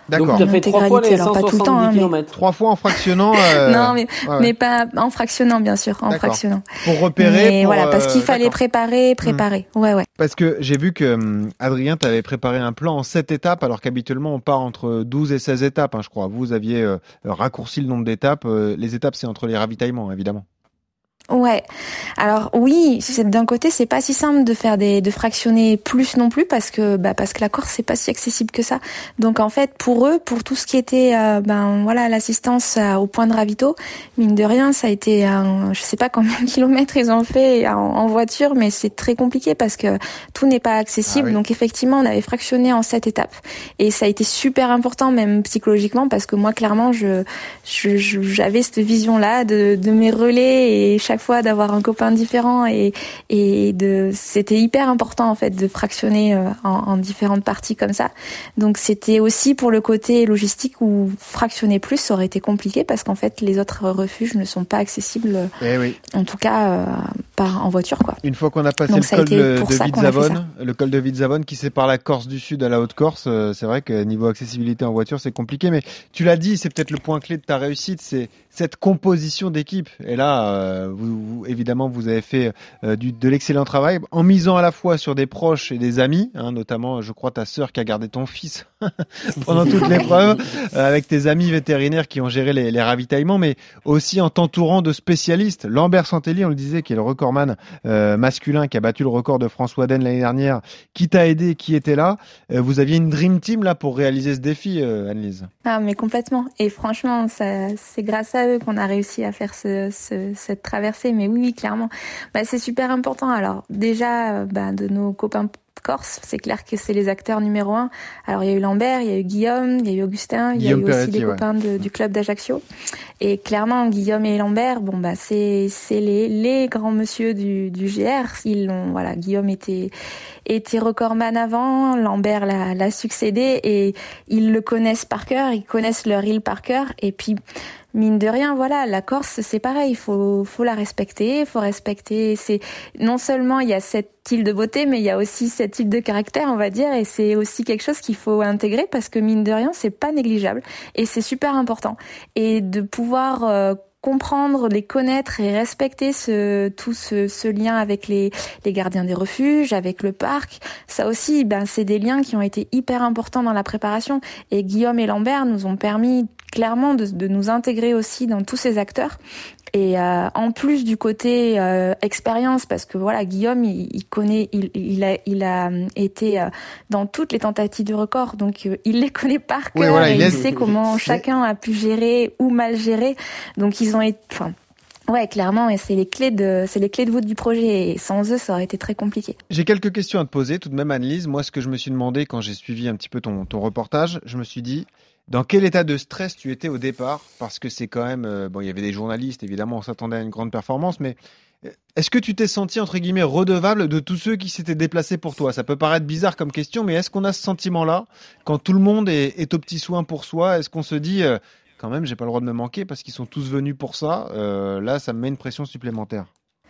D'accord. Donc tu as fait trois fois les alors cent pas tout le temps, soixante-dix hein, mais- kilomètres. Trois fois en fractionnant. euh, Non, mais, ouais, ouais. mais pas en fractionnant, bien sûr, en D'accord. fractionnant. Pour repérer. Mais pour, voilà, parce qu'il euh, fallait d'accord. préparer, préparer. Ouais, ouais. Parce que j'ai vu que hum, Adrien t'avait préparé un plan en sept étapes, alors qu'habituellement on part entre douze et seize étapes, hein, je crois. Vous aviez euh, raccourci le nombre d'étapes. Euh, les étapes, c'est entre les ravitaillements, évidemment. Ouais. Alors oui, c'est, d'un côté, c'est pas si simple de faire des, de fractionner plus non plus parce que, bah, parce que la Corse c'est pas si accessible que ça. Donc en fait, pour eux, pour tout ce qui était, euh, ben voilà, l'assistance euh, au point de ravito, mine de rien, ça a été, un, je sais pas combien de kilomètres ils ont fait en, en voiture, mais c'est très compliqué parce que tout n'est pas accessible. Ah oui. Donc effectivement, on avait fractionné en sept étapes et ça a été super important même psychologiquement parce que moi clairement, je, je, je j'avais cette vision-là de, de mes relais et chaque fois d'avoir un copain différent et et de c'était hyper important en fait de fractionner euh, en, en différentes parties comme ça. Donc c'était aussi pour le côté logistique où fractionner plus ça aurait été compliqué parce qu'en fait les autres refuges ne sont pas accessibles, Eh oui. en tout cas euh, pas en voiture quoi. Une fois qu'on a passé Donc, le ça a col été de, pour de ça qu'on a fait Vitzavone, le col de Vitzavone qui sépare la Corse du Sud à la Haute-Corse, euh, c'est vrai que niveau accessibilité en voiture, c'est compliqué. Mais tu l'as dit, c'est peut-être le point clé de ta réussite, c'est cette composition d'équipe. Et là, euh, vous, vous- évidemment, vous avez fait euh, du, de l'excellent travail en misant à la fois sur des proches et des amis, hein, notamment, je crois, ta sœur qui a gardé ton fils pendant toute l'épreuve, euh, avec tes amis vétérinaires qui ont géré les, les ravitaillements, mais aussi en t'entourant de spécialistes. Lambert Santelli, on le disait, qui est le recordman euh, masculin, qui a battu le record de François Den l'année dernière, qui t'a aidé, qui était là. Euh, vous aviez une dream team là pour réaliser ce défi, euh, Anne-Lise. Ah mais complètement. Et franchement, ça, c'est grâce à eux qu'on a réussi à faire ce, ce, cette traversée. Mais oui, oui, clairement. Bah, c'est super important. Alors déjà, euh, bah, de nos copains corses, c'est clair que c'est les acteurs numéro un. Alors il y a eu Lambert, il y a eu Guillaume, il y a eu Augustin, il y a Guillaume eu aussi Peretti, les ouais. copains de- du club d'Ajaccio. Et clairement, Guillaume et Lambert, bon bah c'est c'est les les grands monsieur du du G R. Ils l'ont, voilà, Guillaume était était recordman avant, Lambert l'a, l'a succédé et ils le connaissent par cœur, ils connaissent leur île par cœur et puis mine de rien, voilà, la Corse c'est pareil, il faut faut la respecter, il faut respecter, c'est non seulement il y a cette île de beauté mais il y a aussi cette île de caractère, on va dire, et c'est aussi quelque chose qu'il faut intégrer parce que mine de rien, c'est pas négligeable et c'est super important et de pouvoir euh, comprendre, les connaître et respecter ce, tout ce, ce lien avec les, les gardiens des refuges, avec le parc. Ça aussi, ben, c'est des liens qui ont été hyper importants dans la préparation. Et Guillaume et Lambert nous ont permis clairement de, de nous intégrer aussi dans tous ces acteurs. Et euh, en plus du côté euh, expérience, parce que voilà, Guillaume, il, il connaît, il, il a, il a été euh, dans toutes les tentatives du record, donc euh, il les connaît par cœur Oui, voilà, et il il est- sait comment c'est- chacun a pu gérer ou mal gérer. Donc ils ont été, enfin, ouais, clairement, et c'est les clés de, c'est les clés de voûte du projet. Et sans eux, ça aurait été très compliqué. J'ai quelques questions à te poser tout de même, Anne-Lise. Moi, ce que je me suis demandé quand j'ai suivi un petit peu ton, ton reportage, je me suis dit, dans quel état de stress tu étais au départ? Parce que c'est quand même, euh, bon, il y avait des journalistes, évidemment, on s'attendait à une grande performance, mais euh, est-ce que tu t'es senti, entre guillemets, redevable de tous ceux qui s'étaient déplacés pour toi? Ça peut paraître bizarre comme question, mais est-ce qu'on a ce sentiment-là quand tout le monde est, est aux petits soins pour soi? Est-ce qu'on se dit, euh, quand même, j'ai pas le droit de me manquer parce qu'ils sont tous venus pour ça? Euh, là, ça me met une pression supplémentaire.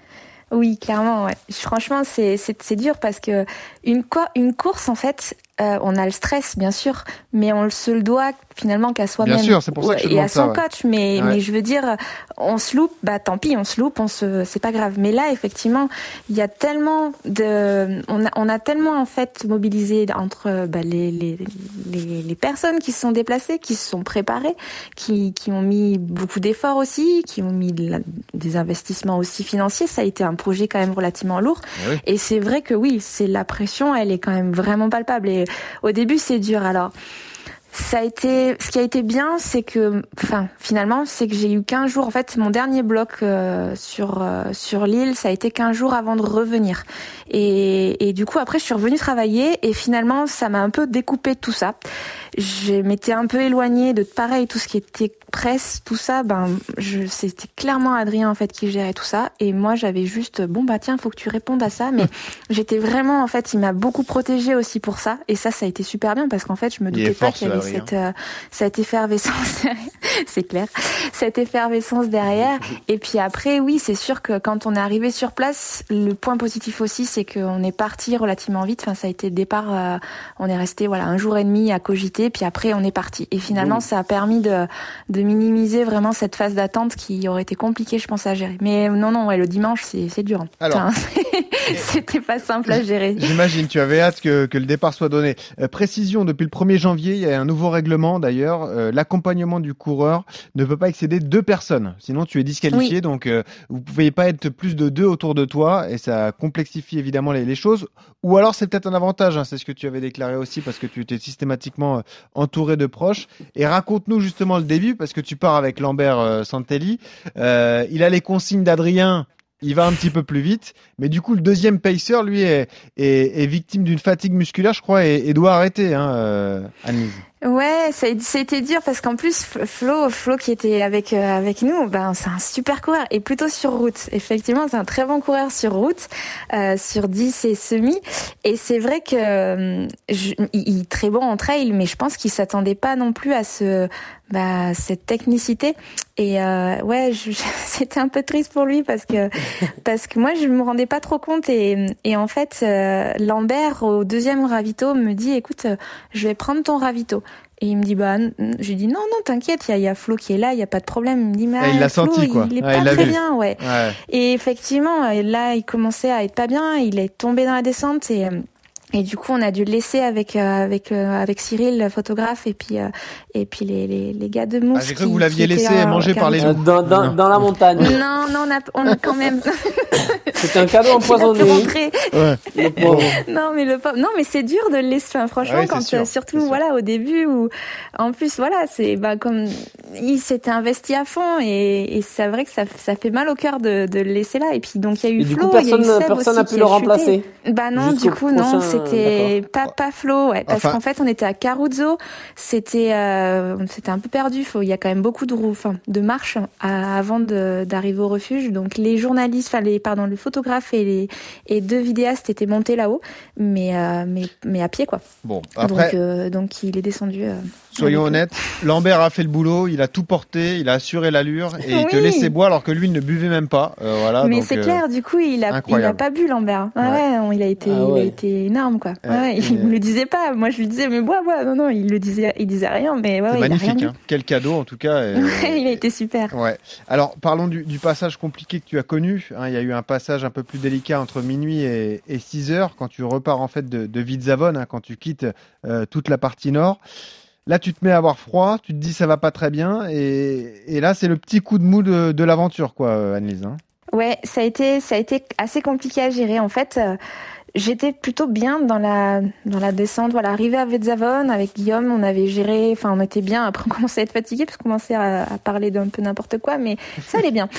Oui, clairement, ouais. Franchement, c'est, c'est, c'est dur parce que une, co- une course, en fait, euh, on a le stress, bien sûr, mais on se le doit finalement qu'à soi-même. Bien sûr, c'est pour ça que je te Et à demande ça, son ouais. coach, mais, Ouais. mais je veux dire, on se loupe, bah tant pis, on se loupe, on se, c'est pas grave. Mais là, effectivement, il y a tellement de, on a, on a tellement en fait mobilisé entre bah, les, les, les, les personnes qui se sont déplacées, qui se sont préparées, qui, qui ont mis beaucoup d'efforts aussi, qui ont mis de la- des investissements aussi financiers. Ça a été un projet quand même relativement lourd. Eh oui. Et c'est vrai que oui, c'est la pression, elle est quand même vraiment palpable. Et au début, c'est dur. Alors, ça a été, ce qui a été bien, c'est que, enfin, finalement, c'est que j'ai eu quinze jours. En fait, mon dernier bloc euh, sur euh, sur l'île, ça a été quinze jours avant de revenir. Et, et du coup, après, je suis revenue travailler et finalement, ça m'a un peu découpé de tout ça. Je m'étais un peu éloignée de pareil, tout ce qui était presse, tout ça. Ben, je, c'était clairement Adrien en fait qui gérait tout ça. Et moi, j'avais juste, bon bah tiens, faut que tu répondes à ça. Mais j'étais vraiment, en fait, il m'a beaucoup protégée aussi pour ça. Et ça, ça a été super bien parce qu'en fait, je me Il est doutais pas fort, qu'il y avait cette, euh, cette effervescence, c'est clair, cette effervescence derrière. Et puis après, oui, c'est sûr que quand on est arrivé sur place, le point positif aussi, c'est qu'on est parti relativement vite. Enfin, ça a été le départ, euh, on est resté voilà un jour et demi à cogiter, puis après on est parti. Et finalement, oui. ça a permis de, de minimiser vraiment cette phase d'attente qui aurait été compliquée, je pense, à gérer. Mais non, non, ouais, le dimanche, c'est, c'est dur. Hein. Alors, enfin, c'était pas simple à gérer. J'imagine, tu avais hâte que, que le départ soit donné. Euh, précision, depuis le premier janvier, il y a un nouveau règlement d'ailleurs. Euh, l'accompagnement du coureur ne peut pas excéder deux personnes. Sinon, tu es disqualifié. Oui. Donc, euh, vous ne pouvez pas être plus de deux autour de toi et ça complexifie évidemment les, les choses. Ou alors, c'est peut-être un avantage. Hein, c'est ce que tu avais déclaré aussi parce que tu étais systématiquement entouré de proches. Et raconte-nous justement le début parce que tu pars avec Lambert euh, Santelli. Euh, il a les consignes d'Adrien. Il va un petit peu plus vite, mais du coup le deuxième pacer lui est, est, est victime d'une fatigue musculaire, je crois, et, et doit arrêter, hein, euh, Anne-Lise. Ouais, ça a été dur parce qu'en plus Flo, Flo qui était avec euh, avec nous, ben c'est un super coureur et plutôt sur route. Effectivement, c'est un très bon coureur sur route, euh, sur dix et semi. Et c'est vrai que euh, je, il est très bon en trail, mais je pense qu'il s'attendait pas non plus à ce bah cette technicité. Et euh, ouais, je, c'était un peu triste pour lui parce que parce que moi je me rendais pas trop compte et et en fait euh, Lambert au deuxième ravito me dit écoute, je vais prendre ton ravito. Et il me dit bah j'ai dit non non t'inquiète, il y a, y a Flo qui est là, il y a pas de problème. Il me dit mais ah, il l'a Flo, senti quoi. Il est ouais, pas il très vu. bien ouais. ouais. Et effectivement là il commençait à être pas bien, il est tombé dans la descente et Et du coup, on a dû le laisser avec euh, avec euh, avec Cyril, le photographe, et puis euh, et puis les les les gars de Mousse. Ah, j'ai cru que vous l'aviez laissé là, manger par les loups. Dans dans dans la montagne. Non non, on a on a quand même. C'est un cadeau empoisonné. Ouais. Non mais le non mais c'est dur de le laisser. Enfin, franchement, ah oui, quand euh, surtout voilà au début où en plus voilà c'est bah comme il s'était investi à fond et, et c'est vrai que ça ça fait mal au cœur de de le laisser là. Et puis donc il y a eu et Flo, du coup, personne il y a eu Seb personne n'a pu le remplacer. Bah non, Jusqu'au du coup prochain... non, c'était pas pas Flo, ouais, parce enfin... qu'en fait on était à Caruzzo, c'était euh, c'était un peu perdu. Faut, il y a quand même beaucoup de enfin de marches à, avant de, d'arriver au refuge. Donc les journalistes, enfin les pardon, le photographe et les et deux vidéastes étaient montés là-haut, mais euh, mais mais à pied quoi. Bon, après donc euh, donc il est descendu. Euh, Soyons honnêtes, Lambert a fait le boulot, il a tout porté, il a assuré l'allure et oui. il te laissait boire alors que lui il ne buvait même pas. Euh, voilà. Mais donc, c'est clair, euh, du coup il a il a pas bu Lambert. Ouais, ouais. ouais il a été ah ouais. il a été énorme quoi. Ouais, ouais, il me le disait pas. Moi je lui disais mais bois bois. Non non, il le disait il disait rien mais ouais, c'est ouais, magnifique il a rien hein. Quel cadeau en tout cas. Et... ouais, il a été super. Ouais. Alors parlons du, du passage compliqué que tu as connu. Hein, il y a eu un passage un peu plus délicat entre minuit et, et six heures quand tu repars en fait de, de Vidzavone, hein, quand tu quittes euh, toute la partie nord. Là, tu te mets à avoir froid, tu te dis ça va pas très bien, et, et là, c'est le petit coup de mou de, de l'aventure, quoi, Anne-Lise. Hein. Ouais, ça a été, ça a été assez compliqué à gérer. En fait, euh, j'étais plutôt bien dans la, dans la descente. Voilà, arrivé à Vidzavone avec Guillaume, on avait géré, enfin, on était bien. Après, on commençait à être fatigué parce qu'on commençait à, à parler d'un peu n'importe quoi, mais ça allait bien.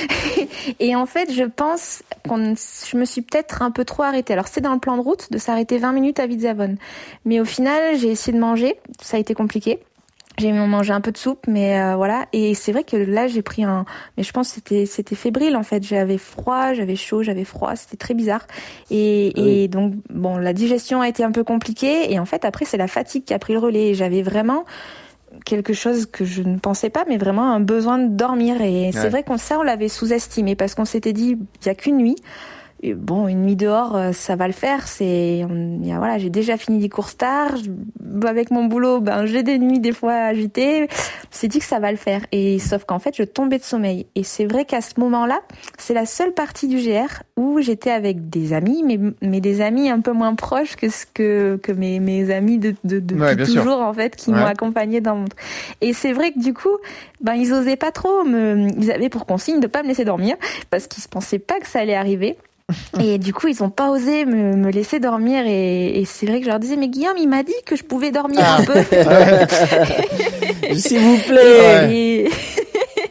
Et en fait, je pense qu'on, je me suis peut-être un peu trop arrêtée. Alors, c'est dans le plan de route de s'arrêter vingt minutes à Vidzavone. Mais au final, j'ai essayé de manger. Ça a été compliqué. J'ai mangé un peu de soupe, mais euh, voilà. Et c'est vrai que là, j'ai pris un... Mais je pense que c'était, c'était fébrile, en fait. J'avais froid, j'avais chaud, j'avais froid. C'était très bizarre. Et, oui. et donc, bon, la digestion a été un peu compliquée. Et en fait, après, c'est la fatigue qui a pris le relais. Et j'avais vraiment quelque chose que je ne pensais pas, mais vraiment un besoin de dormir. Et ouais. c'est vrai qu'on ça, on l'avait sous-estimé parce qu'on s'était dit, il n'y a qu'une nuit. Et bon, une nuit dehors, ça va le faire. C'est, on, y a, voilà, j'ai déjà fini des courses tard. Je, avec mon boulot, ben j'ai des nuits des fois agitées. On s'est dit que ça va le faire. Et sauf qu'en fait, je tombais de sommeil. Et c'est vrai qu'à ce moment-là, c'est la seule partie du G R où j'étais avec des amis, mais mais des amis un peu moins proches que ce que que mes mes amis de de, de ouais, depuis toujours sûr. en fait, qui ouais. m'ont accompagnée dans mon. Et c'est vrai que du coup, ben ils osaient pas trop me. Ils avaient pour consigne de pas me laisser dormir parce qu'ils se pensaient pas que ça allait arriver. Et du coup, ils ont pas osé me, me laisser dormir et, et c'est vrai que je leur disais mais Guillaume, il m'a dit que je pouvais dormir ah. un peu. S'il vous plaît. Et,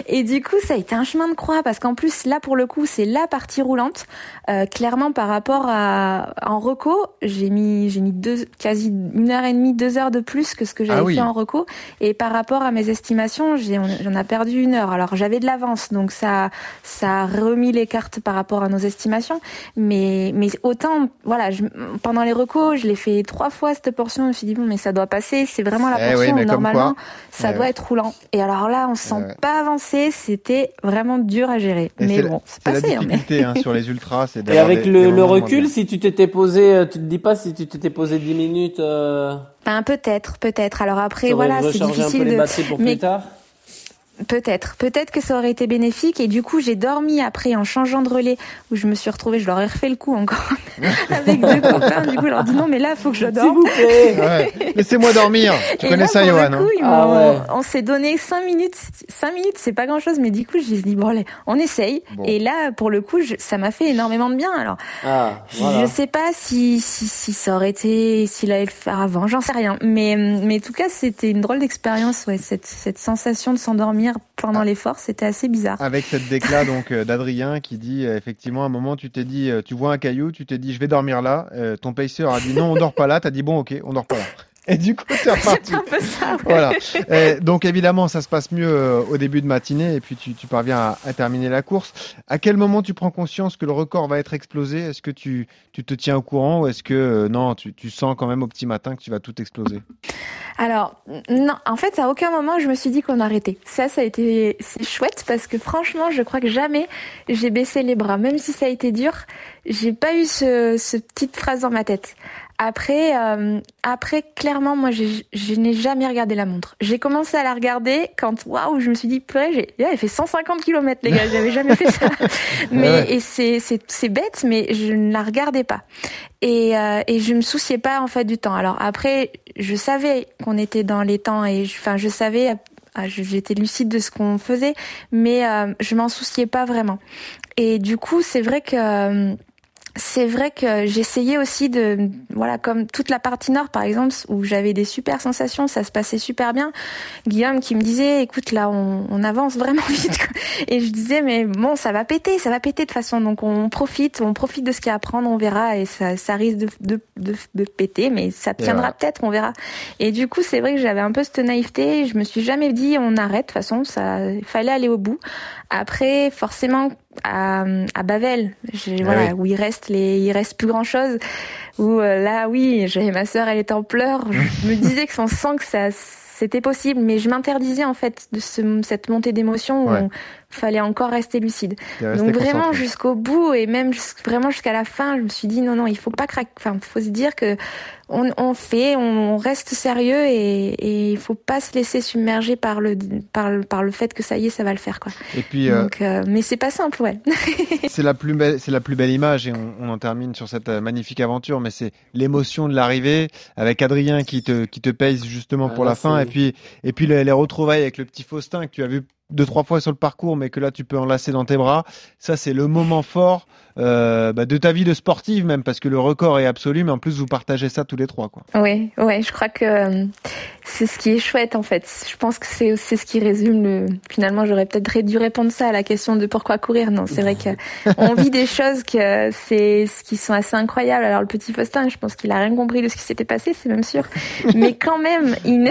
Et du coup, ça a été un chemin de croix parce qu'en plus, là, pour le coup, c'est la partie roulante. Euh, clairement, par rapport à en reco, j'ai mis j'ai mis deux quasi une heure et demie, deux heures de plus que ce que j'avais Ah oui. fait en reco. Et par rapport à mes estimations, j'ai j'en ai perdu une heure. Alors j'avais de l'avance, donc ça ça a remis les cartes par rapport à nos estimations. Mais mais autant, voilà, je, pendant les recos, je l'ai fait trois fois cette portion. Je me suis dit bon, mais ça doit passer. C'est vraiment la Eh portion oui, mais où comme normalement quoi. ça Eh doit ouais. être roulant. Et alors là, on se sent Eh ouais. pas avancé. C'était vraiment dur à gérer. Et mais c'est bon, la, c'est c'est la passé. hein, mais... difficulté hein, sur les ultras, c'est Et d'avoir avec des- le, des le moments moins recul, bien. si tu t'étais posé, euh, tu te dis pas si tu t'étais posé dix minutes, euh, Ben, peut-être, peut-être. Alors après, ça aurait voilà, c'est rechargé un peu difficile les de. batteries pour Mais plus tard. peut-être, peut-être que ça aurait été bénéfique. Et du coup, j'ai dormi après en changeant de relais où je me suis retrouvée. Je leur ai refait le coup encore avec deux copains. Du coup, je leur dis non, mais là, il faut que je S'il dorme. vous plaît. Ouais. Laissez-moi dormir. Tu Et connais là, ça, pour Johan le hein coup, ils Ah m'ont- ouais. on s'est donné cinq minutes. Cinq minutes, c'est pas grand-chose, mais du coup, j'ai dit bon, allez, on essaye. Bon. Et là, pour le coup, je- ça m'a fait énormément de bien. Alors, Ah, je voilà. sais pas si, si, si ça aurait été, s'il allait le faire avant, j'en sais rien. Mais, mais en tout cas, c'était une drôle d'expérience, ouais, cette, cette sensation de s'endormir pendant l'effort, c'était assez bizarre. Avec cette décla donc euh, d'Adrien qui dit euh, effectivement à un moment tu t'es dit euh, tu vois un caillou, tu t'es dit je vais dormir là, euh, ton pacer a dit non on dort pas là, t'as dit bon ok on dort pas là. Et du coup c'est reparti. C'est un peu ça, ouais. Voilà. Et donc évidemment ça se passe mieux euh, au début de matinée et puis tu, tu parviens à, à terminer la course. À quel moment tu prends conscience que le record va être explosé? Est-ce que tu, tu te tiens au courant ou est-ce que euh, non tu, tu sens quand même au petit matin que tu vas tout exploser? Alors, non, en fait, à aucun moment, je me suis dit qu'on arrêtait. Ça, ça a été, c'est chouette parce que franchement, je crois que jamais j'ai baissé les bras. Même si ça a été dur, j'ai pas eu ce, ce petite phrase dans ma tête. Après, euh, après, clairement, moi, j'ai- je n'ai jamais regardé la montre. J'ai commencé à la regarder quand, waouh, je me suis dit, purée, j'ai, yeah, elle fait cent cinquante kilomètres, les gars, j'avais jamais fait ça. Mais, Ouais. et c'est, c'est, c'est bête, mais je ne la regardais pas. Et, euh, et je me souciais pas, en fait, du temps. Alors après, je savais qu'on était dans les temps et, je- enfin, je savais, ah, je- j'étais lucide de ce qu'on faisait, mais euh, je m'en souciais pas vraiment. Et du coup, c'est vrai que, euh, c'est vrai que j'essayais aussi de, voilà, comme toute la partie nord par exemple, où j'avais des super sensations, ça se passait super bien. Guillaume qui me disait, écoute là, on, on avance vraiment vite, quoi. Et je disais, mais bon, ça va péter, ça va péter de toute façon, donc on profite, on profite de ce qu'il y a à prendre, on verra, et ça, ça risque de, de, de, de péter, mais ça tiendra ouais. peut-être, on verra. Et du coup, c'est vrai que j'avais un peu cette naïveté, je me suis jamais dit, on arrête, de toute façon, ça, il fallait aller au bout. Après, forcément, à, à Bavel, j'ai, Ah voilà, oui. où il reste les, il reste plus grand chose, où euh, là, oui, j'avais ma sœur, elle était en pleurs, je me disais que son sang, que ça, c'était possible, mais je m'interdisais en fait de ce, cette montée d'émotion où Ouais. il fallait encore rester lucide. T'es resté Donc vraiment concentré. jusqu'au bout et même jus- vraiment jusqu'à la fin, je me suis dit non non, il faut pas craquer. Enfin, faut se dire que on, on fait, on reste sérieux et, et il faut pas se laisser submerger par le par le par le fait que ça y est, ça va le faire quoi. Et puis euh, Donc, euh, mais c'est pas simple, ouais. c'est la plus belle, c'est la plus belle image et on, on en termine sur cette euh, magnifique aventure. Mais c'est l'émotion de l'arrivée avec Adrien qui te qui te pèse justement Ah, pour là, la fin c'est- et puis et puis les, les retrouvailles avec le petit Faustin que tu as vu deux trois fois sur le parcours, mais que là tu peux enlacer dans tes bras. Ça c'est le moment fort euh, bah, de ta vie de sportive même parce que le record est absolu, mais en plus vous partagez ça tous les trois quoi. Ouais, ouais, je crois que euh, c'est ce qui est chouette en fait. Je pense que c'est c'est ce qui résume le. Finalement, j'aurais peut-être dû répondre ça à la question de pourquoi courir. Non, c'est vrai que on vit des choses que c'est ce qui sont assez incroyables. Alors le petit Faustin, je pense qu'il a rien compris de ce qui s'était passé, c'est même sûr. Mais quand même, il,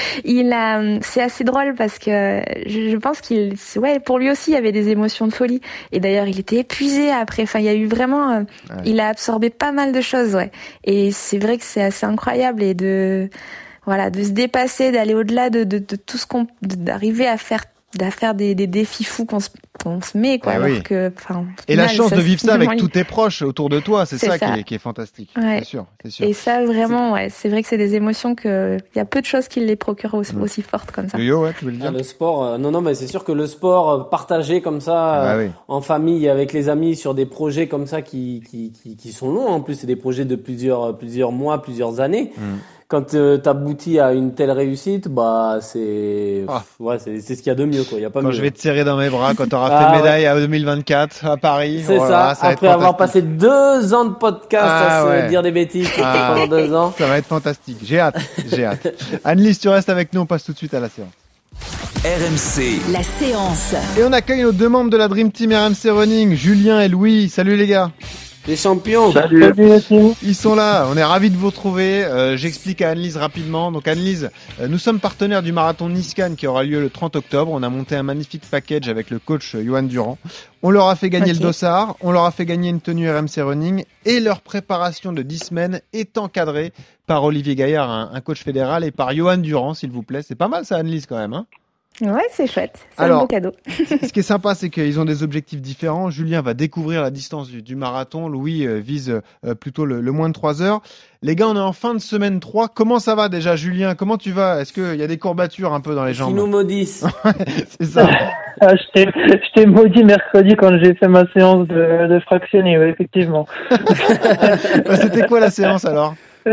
il a, c'est assez drôle parce que je, je pense qu'il, ouais, pour lui aussi, il y avait des émotions de folie. Et d'ailleurs, il était épuisé après. Enfin, il y a eu vraiment, euh, Ouais. il a absorbé pas mal de choses, ouais. Et c'est vrai que c'est assez incroyable et de, voilà, de se dépasser, d'aller au-delà de, de, de tout ce qu'on, d'arriver à faire, à faire des, des défis fous qu'on se, qu'on se met, quoi. Eh alors oui. que, enfin. Et la final, chance de c'est vivre ça avec vraiment- tous tes proches autour de toi, c'est C'est ça, ça. Qui, est, qui est fantastique. Ouais. C'est sûr, c'est sûr. Et ça, vraiment, ouais, c'est vrai que c'est des émotions que, il y a peu de choses qui les procurent aussi, Mm. aussi fortes comme ça. Yo, ouais, tu veux le Ah, dire? le sport, euh, non, non, mais c'est sûr que le sport euh, partagé comme ça, Ah, euh, oui. en famille, avec les amis, sur des projets comme ça qui, qui, qui, qui sont longs. En plus, c'est des projets de plusieurs, plusieurs mois, plusieurs années. Mm. Quand euh, t'aboutis à une telle réussite, bah c'est, Ah. ouais, c'est, c'est ce qu'il y a de mieux, quoi. Il y a pas Quand mieux. je vais te serrer dans mes bras, quand tu auras Ah, fait médaille à deux mille vingt-quatre à Paris. C'est voilà, ça. va être Après avoir fantastique. passé deux ans de podcast Ah, à se ouais. dire des bêtises Ah. pendant deux ans. Ça va être fantastique. J'ai hâte. J'ai hâte. Annelise, tu restes avec nous. On passe tout de suite à la séance. R M C. La séance. Et on accueille nos deux membres de la Dream Team R M C Running, Julien et Louis. Salut les gars. Les champions. Salut. Ils sont là, on est ravis de vous retrouver. Euh, j'explique à Anne-Lise rapidement. Donc Anne-Lise, euh, nous sommes partenaires du marathon Niskan qui aura lieu le trente octobre. On a monté un magnifique package avec le coach euh, Johan Durand. On leur a fait gagner okay. le dossard, on leur a fait gagner une tenue R M C Running et leur préparation de dix semaines est encadrée par Olivier Gaillard, un, un coach fédéral, et par Johan Durand, s'il vous plaît. C'est pas mal ça, Anne-Lise, quand même, hein? Ouais, c'est chouette. C'est Alors, un beau cadeau. Ce qui est sympa, c'est qu'ils ont des objectifs différents. Julien va découvrir la distance du, du marathon. Louis euh, vise euh, plutôt le, le moins de trois heures. Les gars, on est en fin de semaine trois. Comment ça va déjà, Julien? Comment tu vas? Est-ce qu'il y a des courbatures un peu dans les jambes? Ils nous maudissent. C'est ça. Ah, je t'ai, je t'ai maudit mercredi quand j'ai fait ma séance de, de fractionner, ouais, effectivement. C'était quoi la séance alors?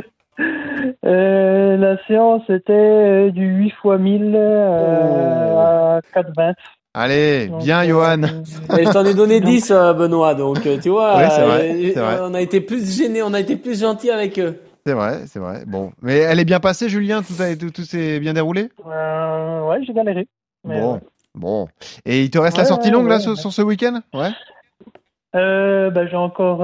Euh, la séance était du huit fois mille euh, oh. à quatre vingt. Allez, donc, bien, euh, Johan. Et je t'en ai donné dix, euh, Benoît, donc tu vois, ouais, c'est vrai, euh, c'est vrai. On a été plus gênés, on a été plus gentils avec eux. C'est vrai, c'est vrai. Bon, mais elle est bien passée, Julien. Tout, a, tout, tout s'est bien déroulé. Euh, ouais, j'ai galéré. Mais bon, ouais. bon. Et il te reste ouais, la sortie ouais, longue ouais, là ouais. sur, sur ce week-end? Ouais. Euh, bah, j'ai encore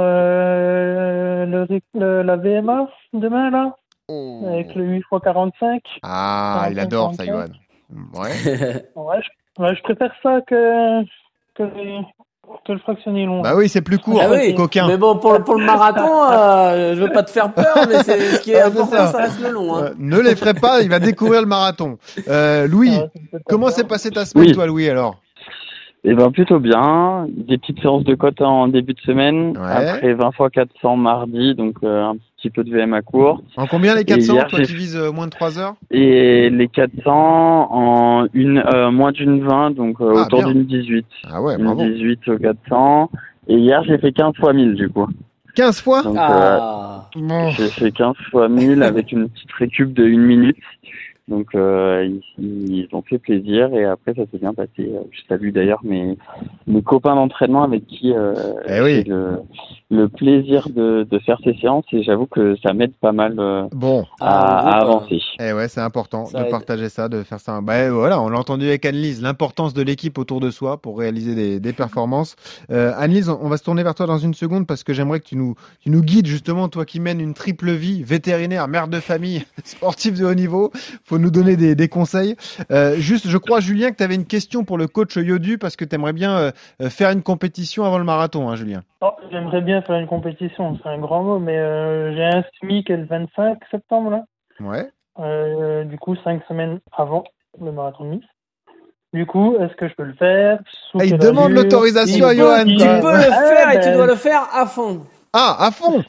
euh, le, le, la V M A demain là. Oh. Avec le huit fois quarante-cinq. Ah, quarante-cinq, il adore ça, Johan. Ouais. ouais, je, ouais, je préfère ça que, que, les, que le fractionné long. Bah oui, c'est plus court, ah oui, coquin. Mais bon, pour, pour le marathon, euh, je veux pas te faire peur, mais c'est, ce qui est ah, important, ça. ça reste le long. Hein. Euh, ne l'effraie pas, il va découvrir le marathon. Euh, Louis, ah, comment s'est passée ta semaine, oui. toi, Louis, alors? Eh ben plutôt bien, des petites séances de côte en début de semaine, ouais. Après vingt fois quatre cents mardi, donc euh, un petit peu de V M à court. En combien les quatre cents, hier, toi j'ai... qui vises euh, moins de trois heures? Et les quatre cents en une euh, moins d'une vingt, donc euh, ah, autour bien. d'une dix-huit. Ah ouais, une bravo. dix-huit au quatre cents. Et hier j'ai fait quinze fois mille du coup. quinze fois? Donc ah. euh, bon. J'ai fait quinze fois mille avec une petite récup de une minute. Donc euh, ils, ils ont fait plaisir et après ça s'est bien passé. Je salue d'ailleurs mes mes copains d'entraînement avec qui euh, eh oui. j'ai le, le plaisir de, de faire ces séances et j'avoue que ça m'aide pas mal euh, bon. à, à avancer. Eh ouais, c'est important ça de aide. partager ça, de faire ça. Bah voilà, on l'a entendu avec Anne-Lise, l'importance de l'équipe autour de soi pour réaliser des, des performances. Euh, Anne-Lise, on va se tourner vers toi dans une seconde parce que j'aimerais que tu nous tu nous guides justement, toi qui mènes une triple vie, vétérinaire, mère de famille, sportif de haut niveau. Faut nous donner des, des conseils. Euh, juste, je crois, Julien, que tu avais une question pour le coach Yodu parce que tu aimerais bien euh, faire une compétition avant le marathon, hein, Julien. Oh, j'aimerais bien faire une compétition, c'est un grand mot, mais euh, j'ai un S M I qui est le vingt-cinq septembre, là. Ouais. Euh, du coup, cinq semaines avant le marathon de Nice. Du coup, est-ce que je peux le faire sous ah, il demande allure l'autorisation à Johan. Tu quoi. peux le faire ah, et ben... tu dois le faire à fond. Ah, à fond.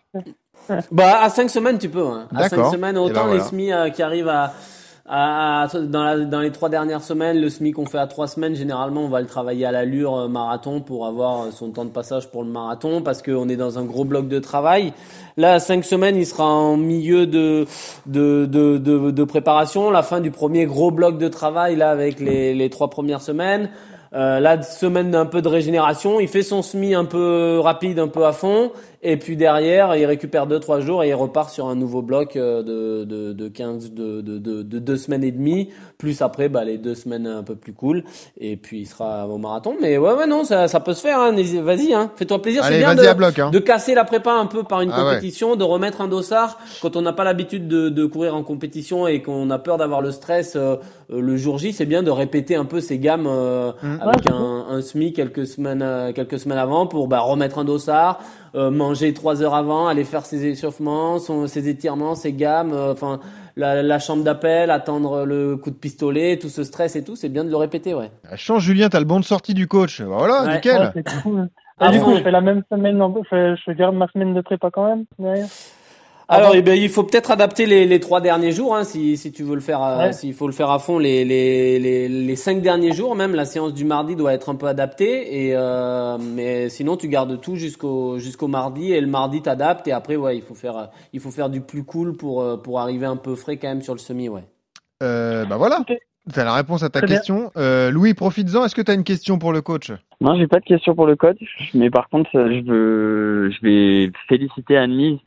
Bah, à cinq semaines, tu peux. Hein. À cinq semaines, autant ben, les voilà. S M I euh, qui arrivent à, à, à dans, la, dans les trois dernières semaines, le S M I qu'on fait à trois semaines, généralement, on va le travailler à l'allure euh, marathon pour avoir son temps de passage pour le marathon parce qu'on est dans un gros bloc de travail. Là, à cinq semaines, il sera en milieu de, de, de, de, de préparation, la fin du premier gros bloc de travail, là, avec les, les trois premières semaines. Euh, là, semaine d'un peu de régénération, il fait son S M I un peu rapide, un peu à fond, et puis derrière, il récupère deux trois jours et il repart sur un nouveau bloc de de de quinze de de de, de deux semaines et demie, plus après bah les deux semaines un peu plus cool, et puis il sera au marathon. Mais ouais ouais non, ça ça peut se faire. Hein. Vas-y, hein, fais-toi plaisir. Allez, c'est bien de, bloc, hein. de casser la prépa un peu par une ah compétition, ouais. de remettre un dossard quand on n'a pas l'habitude de de courir en compétition et qu'on a peur d'avoir le stress euh, le jour J. C'est bien de répéter un peu ces gammes euh, mmh. avec un, un S M I quelques semaines euh, quelques semaines avant pour bah remettre un dossard. Euh, manger trois heures avant, aller faire ses échauffements, son, ses étirements, ses gammes, enfin euh, la, la chambre d'appel, attendre le coup de pistolet, tout ce stress et tout, c'est bien de le répéter, ouais. Change Julien, t'as le bon de sortie du coach, voilà, ouais. nickel. Ouais, c'est cool. Ah, du coup, je fais la même semaine, je, je garde ma semaine de prépa quand même derrière. Alors, eh ben, il faut peut-être adapter les, les trois derniers jours, hein, si, si tu veux le faire, ouais. euh, s'il faut le faire à fond, les, les, les, les cinq derniers jours, même la séance du mardi doit être un peu adaptée, et euh, mais sinon tu gardes tout jusqu'au jusqu'au mardi, et le mardi t'adaptes, et après ouais, il faut faire, il faut faire du plus cool pour pour arriver un peu frais quand même sur le semi, ouais. Euh, bah voilà. Okay. T'as la réponse à ta Très question. Euh, Louis, profites-en. Est-ce que tu as une question pour le coach? Non, j'ai pas de question pour le coach, mais par contre, je veux, je vais féliciter Anne-Lise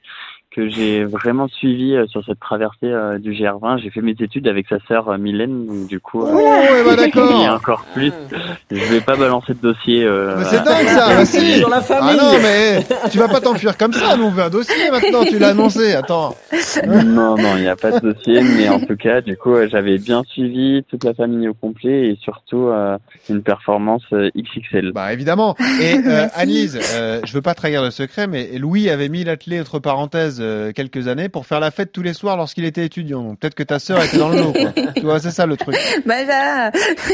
que j'ai vraiment suivi euh, sur cette traversée euh, du G R vingt. J'ai fait mes études avec sa sœur euh, Mylène, donc du coup, euh, Oh, eh ben, d'accord. et encore plus. Je vais pas balancer de dossier. Euh, Mais c'est dingue ça, bah, si. Sur la famille. Ah non, mais tu vas pas t'enfuir comme ça, nous on veut un dossier maintenant, tu l'as annoncé, attends. Non, non, il n'y a pas de dossier, mais en tout cas, du coup, euh, j'avais bien suivi toute la famille au complet et surtout euh, une performance euh, X X L. Bah évidemment. Et euh, Annelise, euh, je veux pas trahir le secret, mais Louis avait mis l'athlé entre parenthèses euh, quelques années pour faire la fête tous les soirs lorsqu'il était étudiant. Donc peut-être que ta sœur était dans le lot, quoi. Tu vois, c'est ça le truc. Bah ça,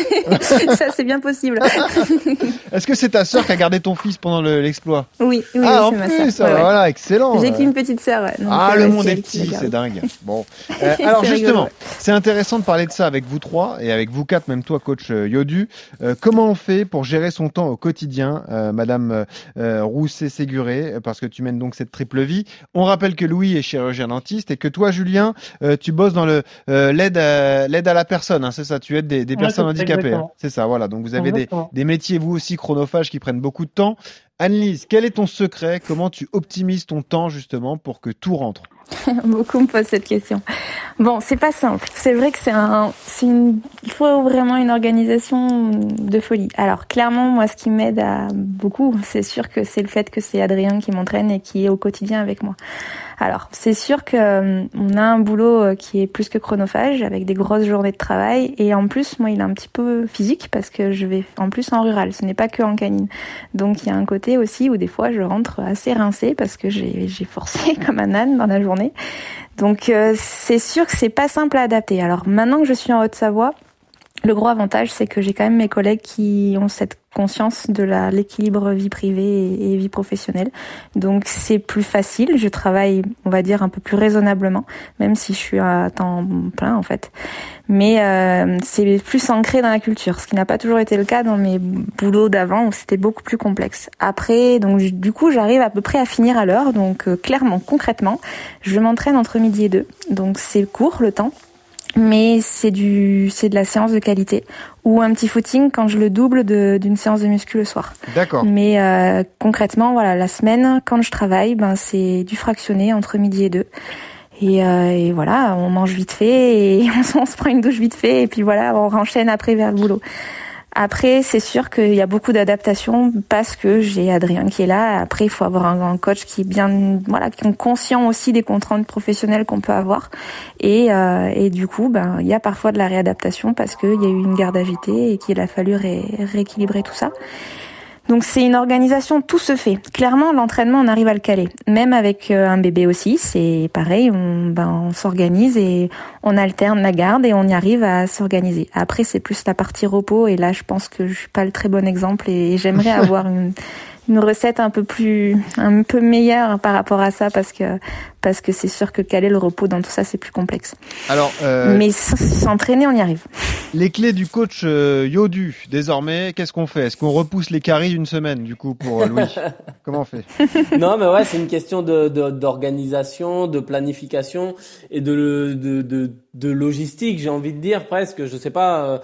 ça c'est bien possible. Est-ce que c'est ta sœur qui a gardé ton fils pendant le- l'exploit? Oui, oui, Ah, en c'est ma plus, sœur. Ouais, ouais. voilà, excellent. J'ai qu'une petite sœur. Ouais. Donc, Ah, euh, le c'est monde est elle qui petit, la c'est garde. dingue. Bon, Euh, alors C'est justement, rigolo. c'est intéressant de parler de ça avec vous trois et avec vous quatre, même toi, coach euh, Yodu. Euh, comment on fait pour gérer son temps au quotidien, euh, Madame euh, Rousset-Séguré, parce que tu mènes donc cette triple vie. On rappelle que Louis est chirurgien dentiste et que toi, Julien, euh, tu bosses dans le euh, l'aide à, l'aide à la personne. Hein, c'est ça, tu aides des, des Ouais, personnes c'est ça, handicapées. exactement. Hein, c'est ça, voilà. Donc vous avez des, Exactement. des métiers vous aussi chronophages qui prennent beaucoup de temps. Annelise, quel est ton secret? Comment tu optimises ton temps justement pour que tout rentre? Beaucoup me posent cette question. Bon, c'est pas simple. C'est vrai que c'est un, c'est une, il faut vraiment une organisation de folie. Alors, clairement, moi, ce qui m'aide à beaucoup, c'est sûr que c'est le fait que c'est Adrien qui m'entraîne et qui est au quotidien avec moi. Alors, c'est sûr que euh, on a un boulot euh, qui est plus que chronophage, avec des grosses journées de travail. Et en plus, moi, il est un petit peu physique parce que je vais en plus en rural. Ce n'est pas que en canine. Donc, il y a un côté aussi où des fois, je rentre assez rincée parce que j'ai, j'ai forcé comme un âne dans la journée. Donc, euh, c'est sûr que c'est pas simple à adapter. Alors, maintenant que je suis en Haute-Savoie, le gros avantage, c'est que j'ai quand même mes collègues qui ont cette conscience de la, l'équilibre vie privée et, et vie professionnelle. Donc, c'est plus facile. Je travaille, on va dire, un peu plus raisonnablement, même si je suis à temps plein, en fait. Mais euh, c'est plus ancré dans la culture, ce qui n'a pas toujours été le cas dans mes boulots d'avant, où c'était beaucoup plus complexe. Après, donc du coup, j'arrive à peu près à finir à l'heure. Donc, euh, clairement, concrètement, je m'entraîne entre midi et deux. Donc, c'est court, le temps. Mais c'est du, c'est de la séance de qualité ou un petit footing quand je le double de, d'une séance de muscu le soir. D'accord. Mais euh, concrètement, voilà, la semaine, quand je travaille, ben c'est du fractionné entre midi et deux. Et, euh, et voilà, on mange vite fait et on, se- on se prend une douche vite fait et puis voilà, on renchaîne après vers le boulot. Après, c'est sûr qu'il y a beaucoup d'adaptations parce que j'ai Adrien qui est là. Après, il faut avoir un, un coach qui est bien, voilà, qui est conscient aussi des contraintes professionnelles qu'on peut avoir. Et, euh, et du coup, ben, il y a parfois de la réadaptation parce qu'il y a eu une garde agitée et qu'il a fallu ré, rééquilibrer tout ça. Donc c'est une organisation, tout se fait. Clairement, l'entraînement, on arrive à le caler. Même avec euh, un bébé aussi, c'est pareil, on, ben, on s'organise et on alterne la garde et on y arrive à s'organiser. Après, c'est plus la partie repos et là, je pense que je suis pas le très bon exemple et j'aimerais avoir une, une recette un peu plus, un peu meilleure par rapport à ça parce que, parce que c'est sûr que caler le repos dans tout ça, c'est plus complexe. Alors, euh, Mais s- s'entraîner, on y arrive. les clés du coach euh, Yodu, désormais, qu'est-ce qu'on fait? Est-ce qu'on repousse les caries une semaine, du coup, pour euh, Louis? Comment on fait? Non, mais ouais, c'est une question de, de- d'organisation, de planification et de, de, de, de logistique, j'ai envie de dire presque. Je sais pas. Euh,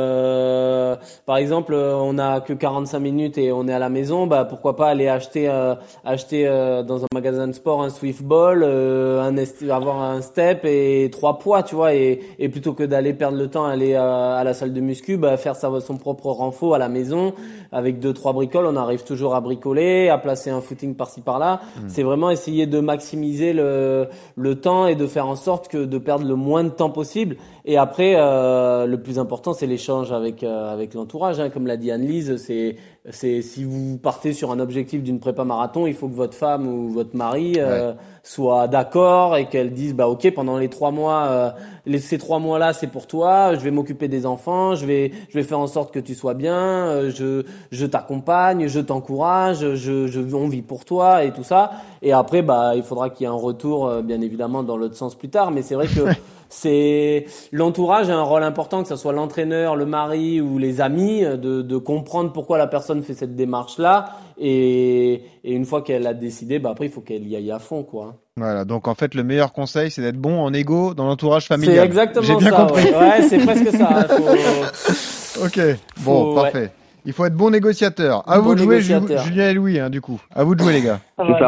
euh, par exemple, euh, on a que quarante-cinq minutes et on est à la maison. Bah, pourquoi pas aller acheter, euh, acheter euh, dans un magasin de sport un Swift Ball, euh, un est- avoir un step et trois poids, tu vois. Et, et plutôt que d'aller perdre le temps, aller à, à la salle de muscu, bah, faire sa, son propre renfort à la maison avec deux trois bricoles. On arrive toujours à bricoler, à placer un footing par-ci par-là. Mmh. C'est vraiment essayer de maximiser le, le temps et de faire en sorte que de perdre le moins de temps possible. Et après, euh, le plus important, c'est l'échange avec euh, avec l'entourage. Hein. Comme l'a dit Annelise, c'est c'est si vous partez sur un objectif d'une prépa marathon, il faut que votre femme ou votre mari euh, Ouais. soit d'accord et qu'elle dise bah ok, pendant les trois mois, euh, les, ces trois mois-là, c'est pour toi. Je vais m'occuper des enfants, je vais je vais faire en sorte que tu sois bien. euh, je je t'accompagne, je t'encourage, je je on vit pour toi et tout ça. Et après, bah il faudra qu'il y ait un retour, euh, bien évidemment, dans l'autre sens plus tard. Mais c'est vrai que c'est l'entourage a un rôle important, que ce soit l'entraîneur, le mari ou les amis, de, de comprendre pourquoi la personne fait cette démarche-là. Et, et une fois qu'elle a décidé, bah après il faut qu'elle y aille à fond, quoi. Voilà, donc en fait, le meilleur conseil, c'est d'être bon en égo dans l'entourage familial. C'est exactement J'ai bien ça. compris. Ouais, ouais c'est presque ça. Faut... Ok, bon, Faut- parfait. ouais. Il faut être bon négociateur. À Bon vous de jouer, Ju- négociateur. Julien et Louis, hein, du coup. À vous de jouer, les gars. C'est ça.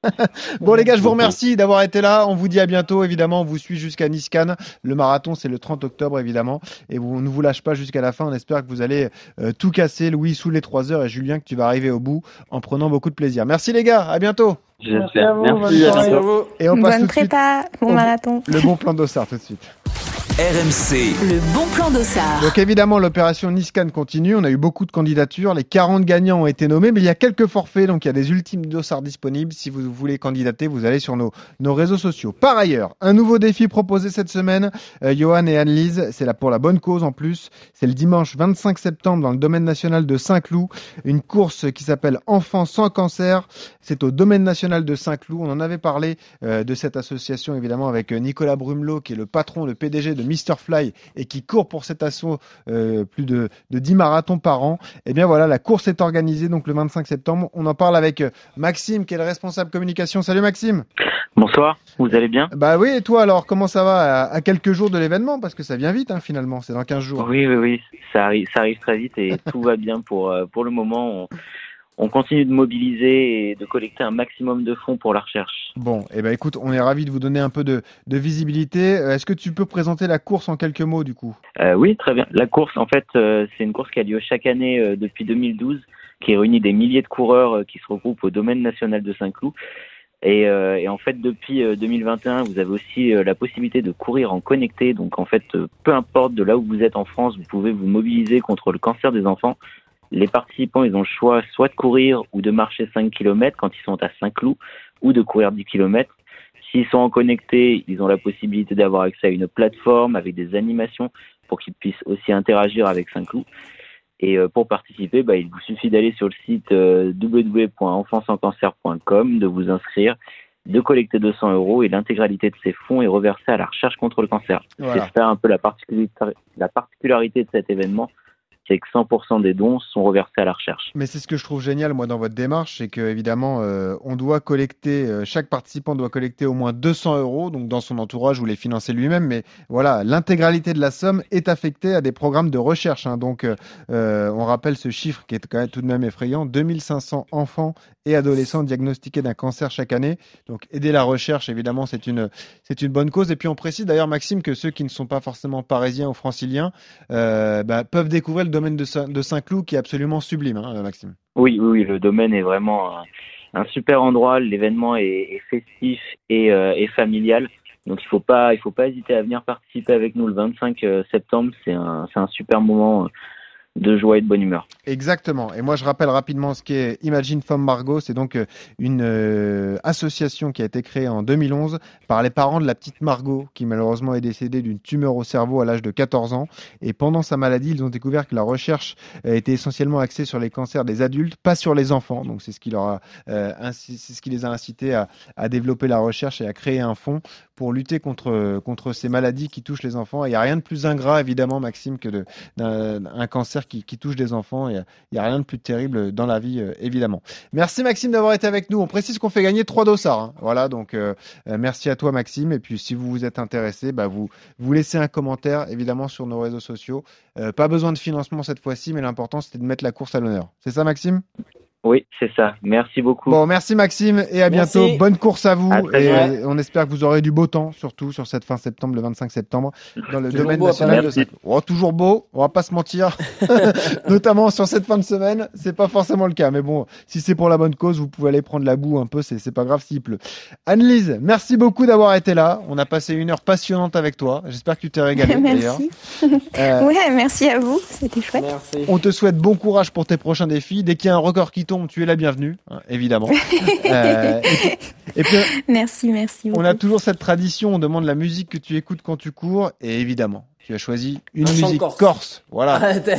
Bon les gars, je vous remercie d'avoir été là. On vous dit à bientôt. Évidemment, on vous suit jusqu'à Nice-Cannes. Le marathon, c'est le trente octobre, évidemment. Et vous, on ne vous lâche pas jusqu'à la fin. On espère que vous allez euh, tout casser. Louis, sous les trois heures. Et Julien, que tu vas arriver au bout en prenant beaucoup de plaisir. Merci les gars. À bientôt. J'espère. Merci à vous, Merci. bonne À soirée. bientôt. Et on passe Bonne tout de suite prépa, bon au- marathon. le bon plan d'Ossard tout de suite. R M C. Le bon plan d'Ossard. Donc évidemment, l'opération Nice-Cannes continue. On a eu beaucoup de candidatures. Les quarante gagnants ont été nommés, mais il y a quelques forfaits. Donc il y a des ultimes d'Ossard disponibles. Si vous voulez candidater, vous allez sur nos, nos réseaux sociaux. Par ailleurs, un nouveau défi proposé cette semaine. Euh, Johan et Anne-Lise, c'est là pour la bonne cause en plus. C'est le dimanche vingt-cinq septembre dans le domaine national de Saint-Cloud. Une course qui s'appelle Enfants sans cancer. C'est au domaine national de Saint-Cloud. On en avait parlé euh, de cette association évidemment avec Nicolas Brumelot qui est le patron, le P D G de Mister Fly et qui court pour cet assaut euh, plus de, de dix marathons par an. Et bien voilà, la course est organisée donc le vingt-cinq septembre. On en parle avec Maxime qui est le responsable communication. Salut Maxime. Bonsoir, vous allez bien? Bah oui, et toi alors, comment ça va à, à quelques jours de l'événement? Parce que ça vient vite hein, finalement, c'est dans quinze jours. Oui, oui, oui, ça arrive, ça arrive très vite et tout va bien pour, euh, pour le moment. On... On continue de mobiliser et de collecter un maximum de fonds pour la recherche. Bon, eh ben écoute, on est ravis de vous donner un peu de, de visibilité. Est-ce que tu peux présenter la course en quelques mots du coup? euh, Oui, très bien. La course, en fait, euh, c'est une course qui a lieu chaque année euh, depuis deux mille douze, qui réunit des milliers de coureurs euh, qui se regroupent au domaine national de Saint-Cloud. Et, euh, et en fait, depuis euh, deux mille vingt et un, vous avez aussi euh, la possibilité de courir en connecté. Donc en fait, euh, peu importe de là où vous êtes en France, vous pouvez vous mobiliser contre le cancer des enfants. Les participants, ils ont le choix soit de courir ou de marcher cinq kilomètres quand ils sont à Saint-Cloud ou de courir dix kilomètres. S'ils sont en connecté, ils ont la possibilité d'avoir accès à une plateforme avec des animations pour qu'ils puissent aussi interagir avec Saint-Cloud. Et euh, pour participer, bah, il vous suffit d'aller sur le site euh, w w w point enfants sans cancer point com, de vous inscrire, de collecter deux cents euros et l'intégralité de ces fonds est reversée à la recherche contre le cancer. Voilà. C'est ça un peu la particularité, la particularité de cet événement. C'est que cent pour cent des dons sont reversés à la recherche. Mais c'est ce que je trouve génial, moi, dans votre démarche, c'est que évidemment, euh, on doit collecter, euh, chaque participant doit collecter au moins deux cents euros, donc dans son entourage ou les financer lui-même. Mais voilà, l'intégralité de la somme est affectée à des programmes de recherche. Hein, donc, euh, on rappelle ce chiffre qui est quand même tout de même effrayant deux mille cinq cents enfants et adolescents diagnostiqués d'un cancer chaque année. Donc, aider la recherche, évidemment, c'est une c'est une bonne cause. Et puis, on précise d'ailleurs, Maxime, que ceux qui ne sont pas forcément parisiens ou franciliens euh, bah, peuvent découvrir le domaine de, Saint- de Saint-Cloud qui est absolument sublime, hein, Maxime. Oui, oui, oui, le domaine est vraiment un, un super endroit. L'événement est, est festif et, euh, et familial. Donc il faut pas, il faut pas hésiter à venir participer avec nous le vingt-cinq septembre. C'est un, c'est un super moment de joie et de bonne humeur. Exactement. Et moi, je rappelle rapidement ce qu'est Imagine Femme Margot. C'est donc une euh, association qui a été créée en deux mille onze par les parents de la petite Margot, qui malheureusement est décédée d'une tumeur au cerveau à l'âge de quatorze ans. Et pendant sa maladie, ils ont découvert que la recherche était essentiellement axée sur les cancers des adultes, pas sur les enfants. Donc c'est ce qui leur a, euh, inci- c'est ce qui les a incités à, à développer la recherche et à créer un fonds pour lutter contre contre ces maladies qui touchent les enfants. Et il n'y a rien de plus ingrat, évidemment, Maxime, que de, d'un, un cancer qui, qui touche des enfants. Il n'y a, a rien de plus terrible dans la vie, euh, évidemment. Merci, Maxime, d'avoir été avec nous. On précise qu'on fait gagner trois dossards. Hein. Voilà, donc euh, euh, merci à toi, Maxime. Et puis, si vous vous êtes intéressé, bah, vous, vous laissez un commentaire, évidemment, sur nos réseaux sociaux. Euh, pas besoin de financement cette fois-ci, mais l'important, c'était de mettre la course à l'honneur. C'est ça, Maxime ? Oui, c'est ça. Merci beaucoup. Bon, merci Maxime et à Merci. bientôt. Bonne course à vous. À très et bien. euh, on espère que vous aurez du beau temps, surtout sur cette fin septembre, le vingt-cinq septembre, dans le Toujours domaine beau à national de Paris. Saint-Cloud. Oh, toujours beau, on va pas se mentir. Notamment sur cette fin de semaine, c'est pas forcément le cas. Mais bon, si c'est pour la bonne cause, vous pouvez aller prendre la boue un peu, c'est, c'est pas grave s'il pleut. Anne-Lise, merci beaucoup d'avoir été là. On a passé une heure passionnante avec toi. J'espère que tu t'es régalé d'ailleurs. Merci. Euh, Ouais, merci à vous. C'était chouette. Merci. On te souhaite bon courage pour tes prochains défis. Dès qu'il y a un record qui tombe, tu es la bienvenue, hein, évidemment. euh, et puis, et puis, Merci, merci. on a beaucoup. toujours cette tradition, on demande la musique que tu écoutes quand tu cours, et évidemment, tu as choisi une Un chant musique corse. corse. Voilà. Arrêtez.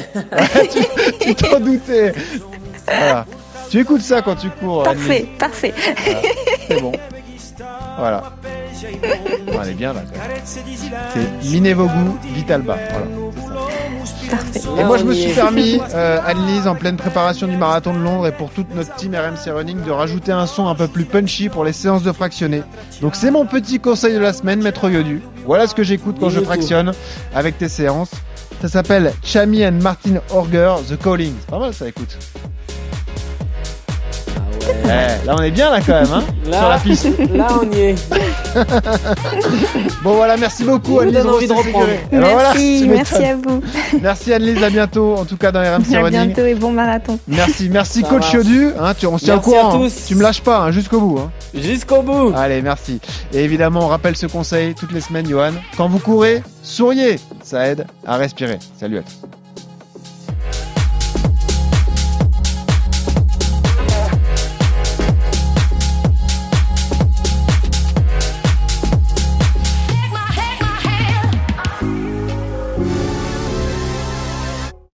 tu, tu t'en doutais. Voilà. Tu écoutes ça quand tu cours. Parfait, parfait. Voilà. C'est bon. Voilà. Bon, elle est bien là. Quand même. C'est Minevogu Vitalba. Voilà. Parfait. Et moi, je me suis permis, euh, Anne-Lise, en pleine préparation du marathon de Londres et pour toute notre team R M C Running, de rajouter un son un peu plus punchy pour les séances de fractionné. Donc, c'est mon petit conseil de la semaine, Maître Yodu. Voilà ce que j'écoute quand je fractionne avec tes séances. Ça s'appelle Chami and Martin Orger, The Calling. C'est pas mal ça, écoute. Ah ouais. Eh, là, on est bien là quand même, hein, Là, sur la piste. Là, on y est. Bon voilà, merci beaucoup Il nous Annelise donne envie de Rousset-Séguret. reprendre. Eh ben voilà, Merci, tu merci m'étonnes. à vous. Merci Annelise, à bientôt, en tout cas dans R M C À Running. bientôt et bon marathon. Merci, merci Ça coach marche. Yodu, hein, tu, on se tient au Merci à courant, hein. tous. Tu me lâches pas, hein, jusqu'au bout. Hein. Jusqu'au bout. Allez, merci. Et évidemment, on rappelle ce conseil toutes les semaines, Johan. Quand vous courez, souriez, ça aide à respirer. Salut à tous.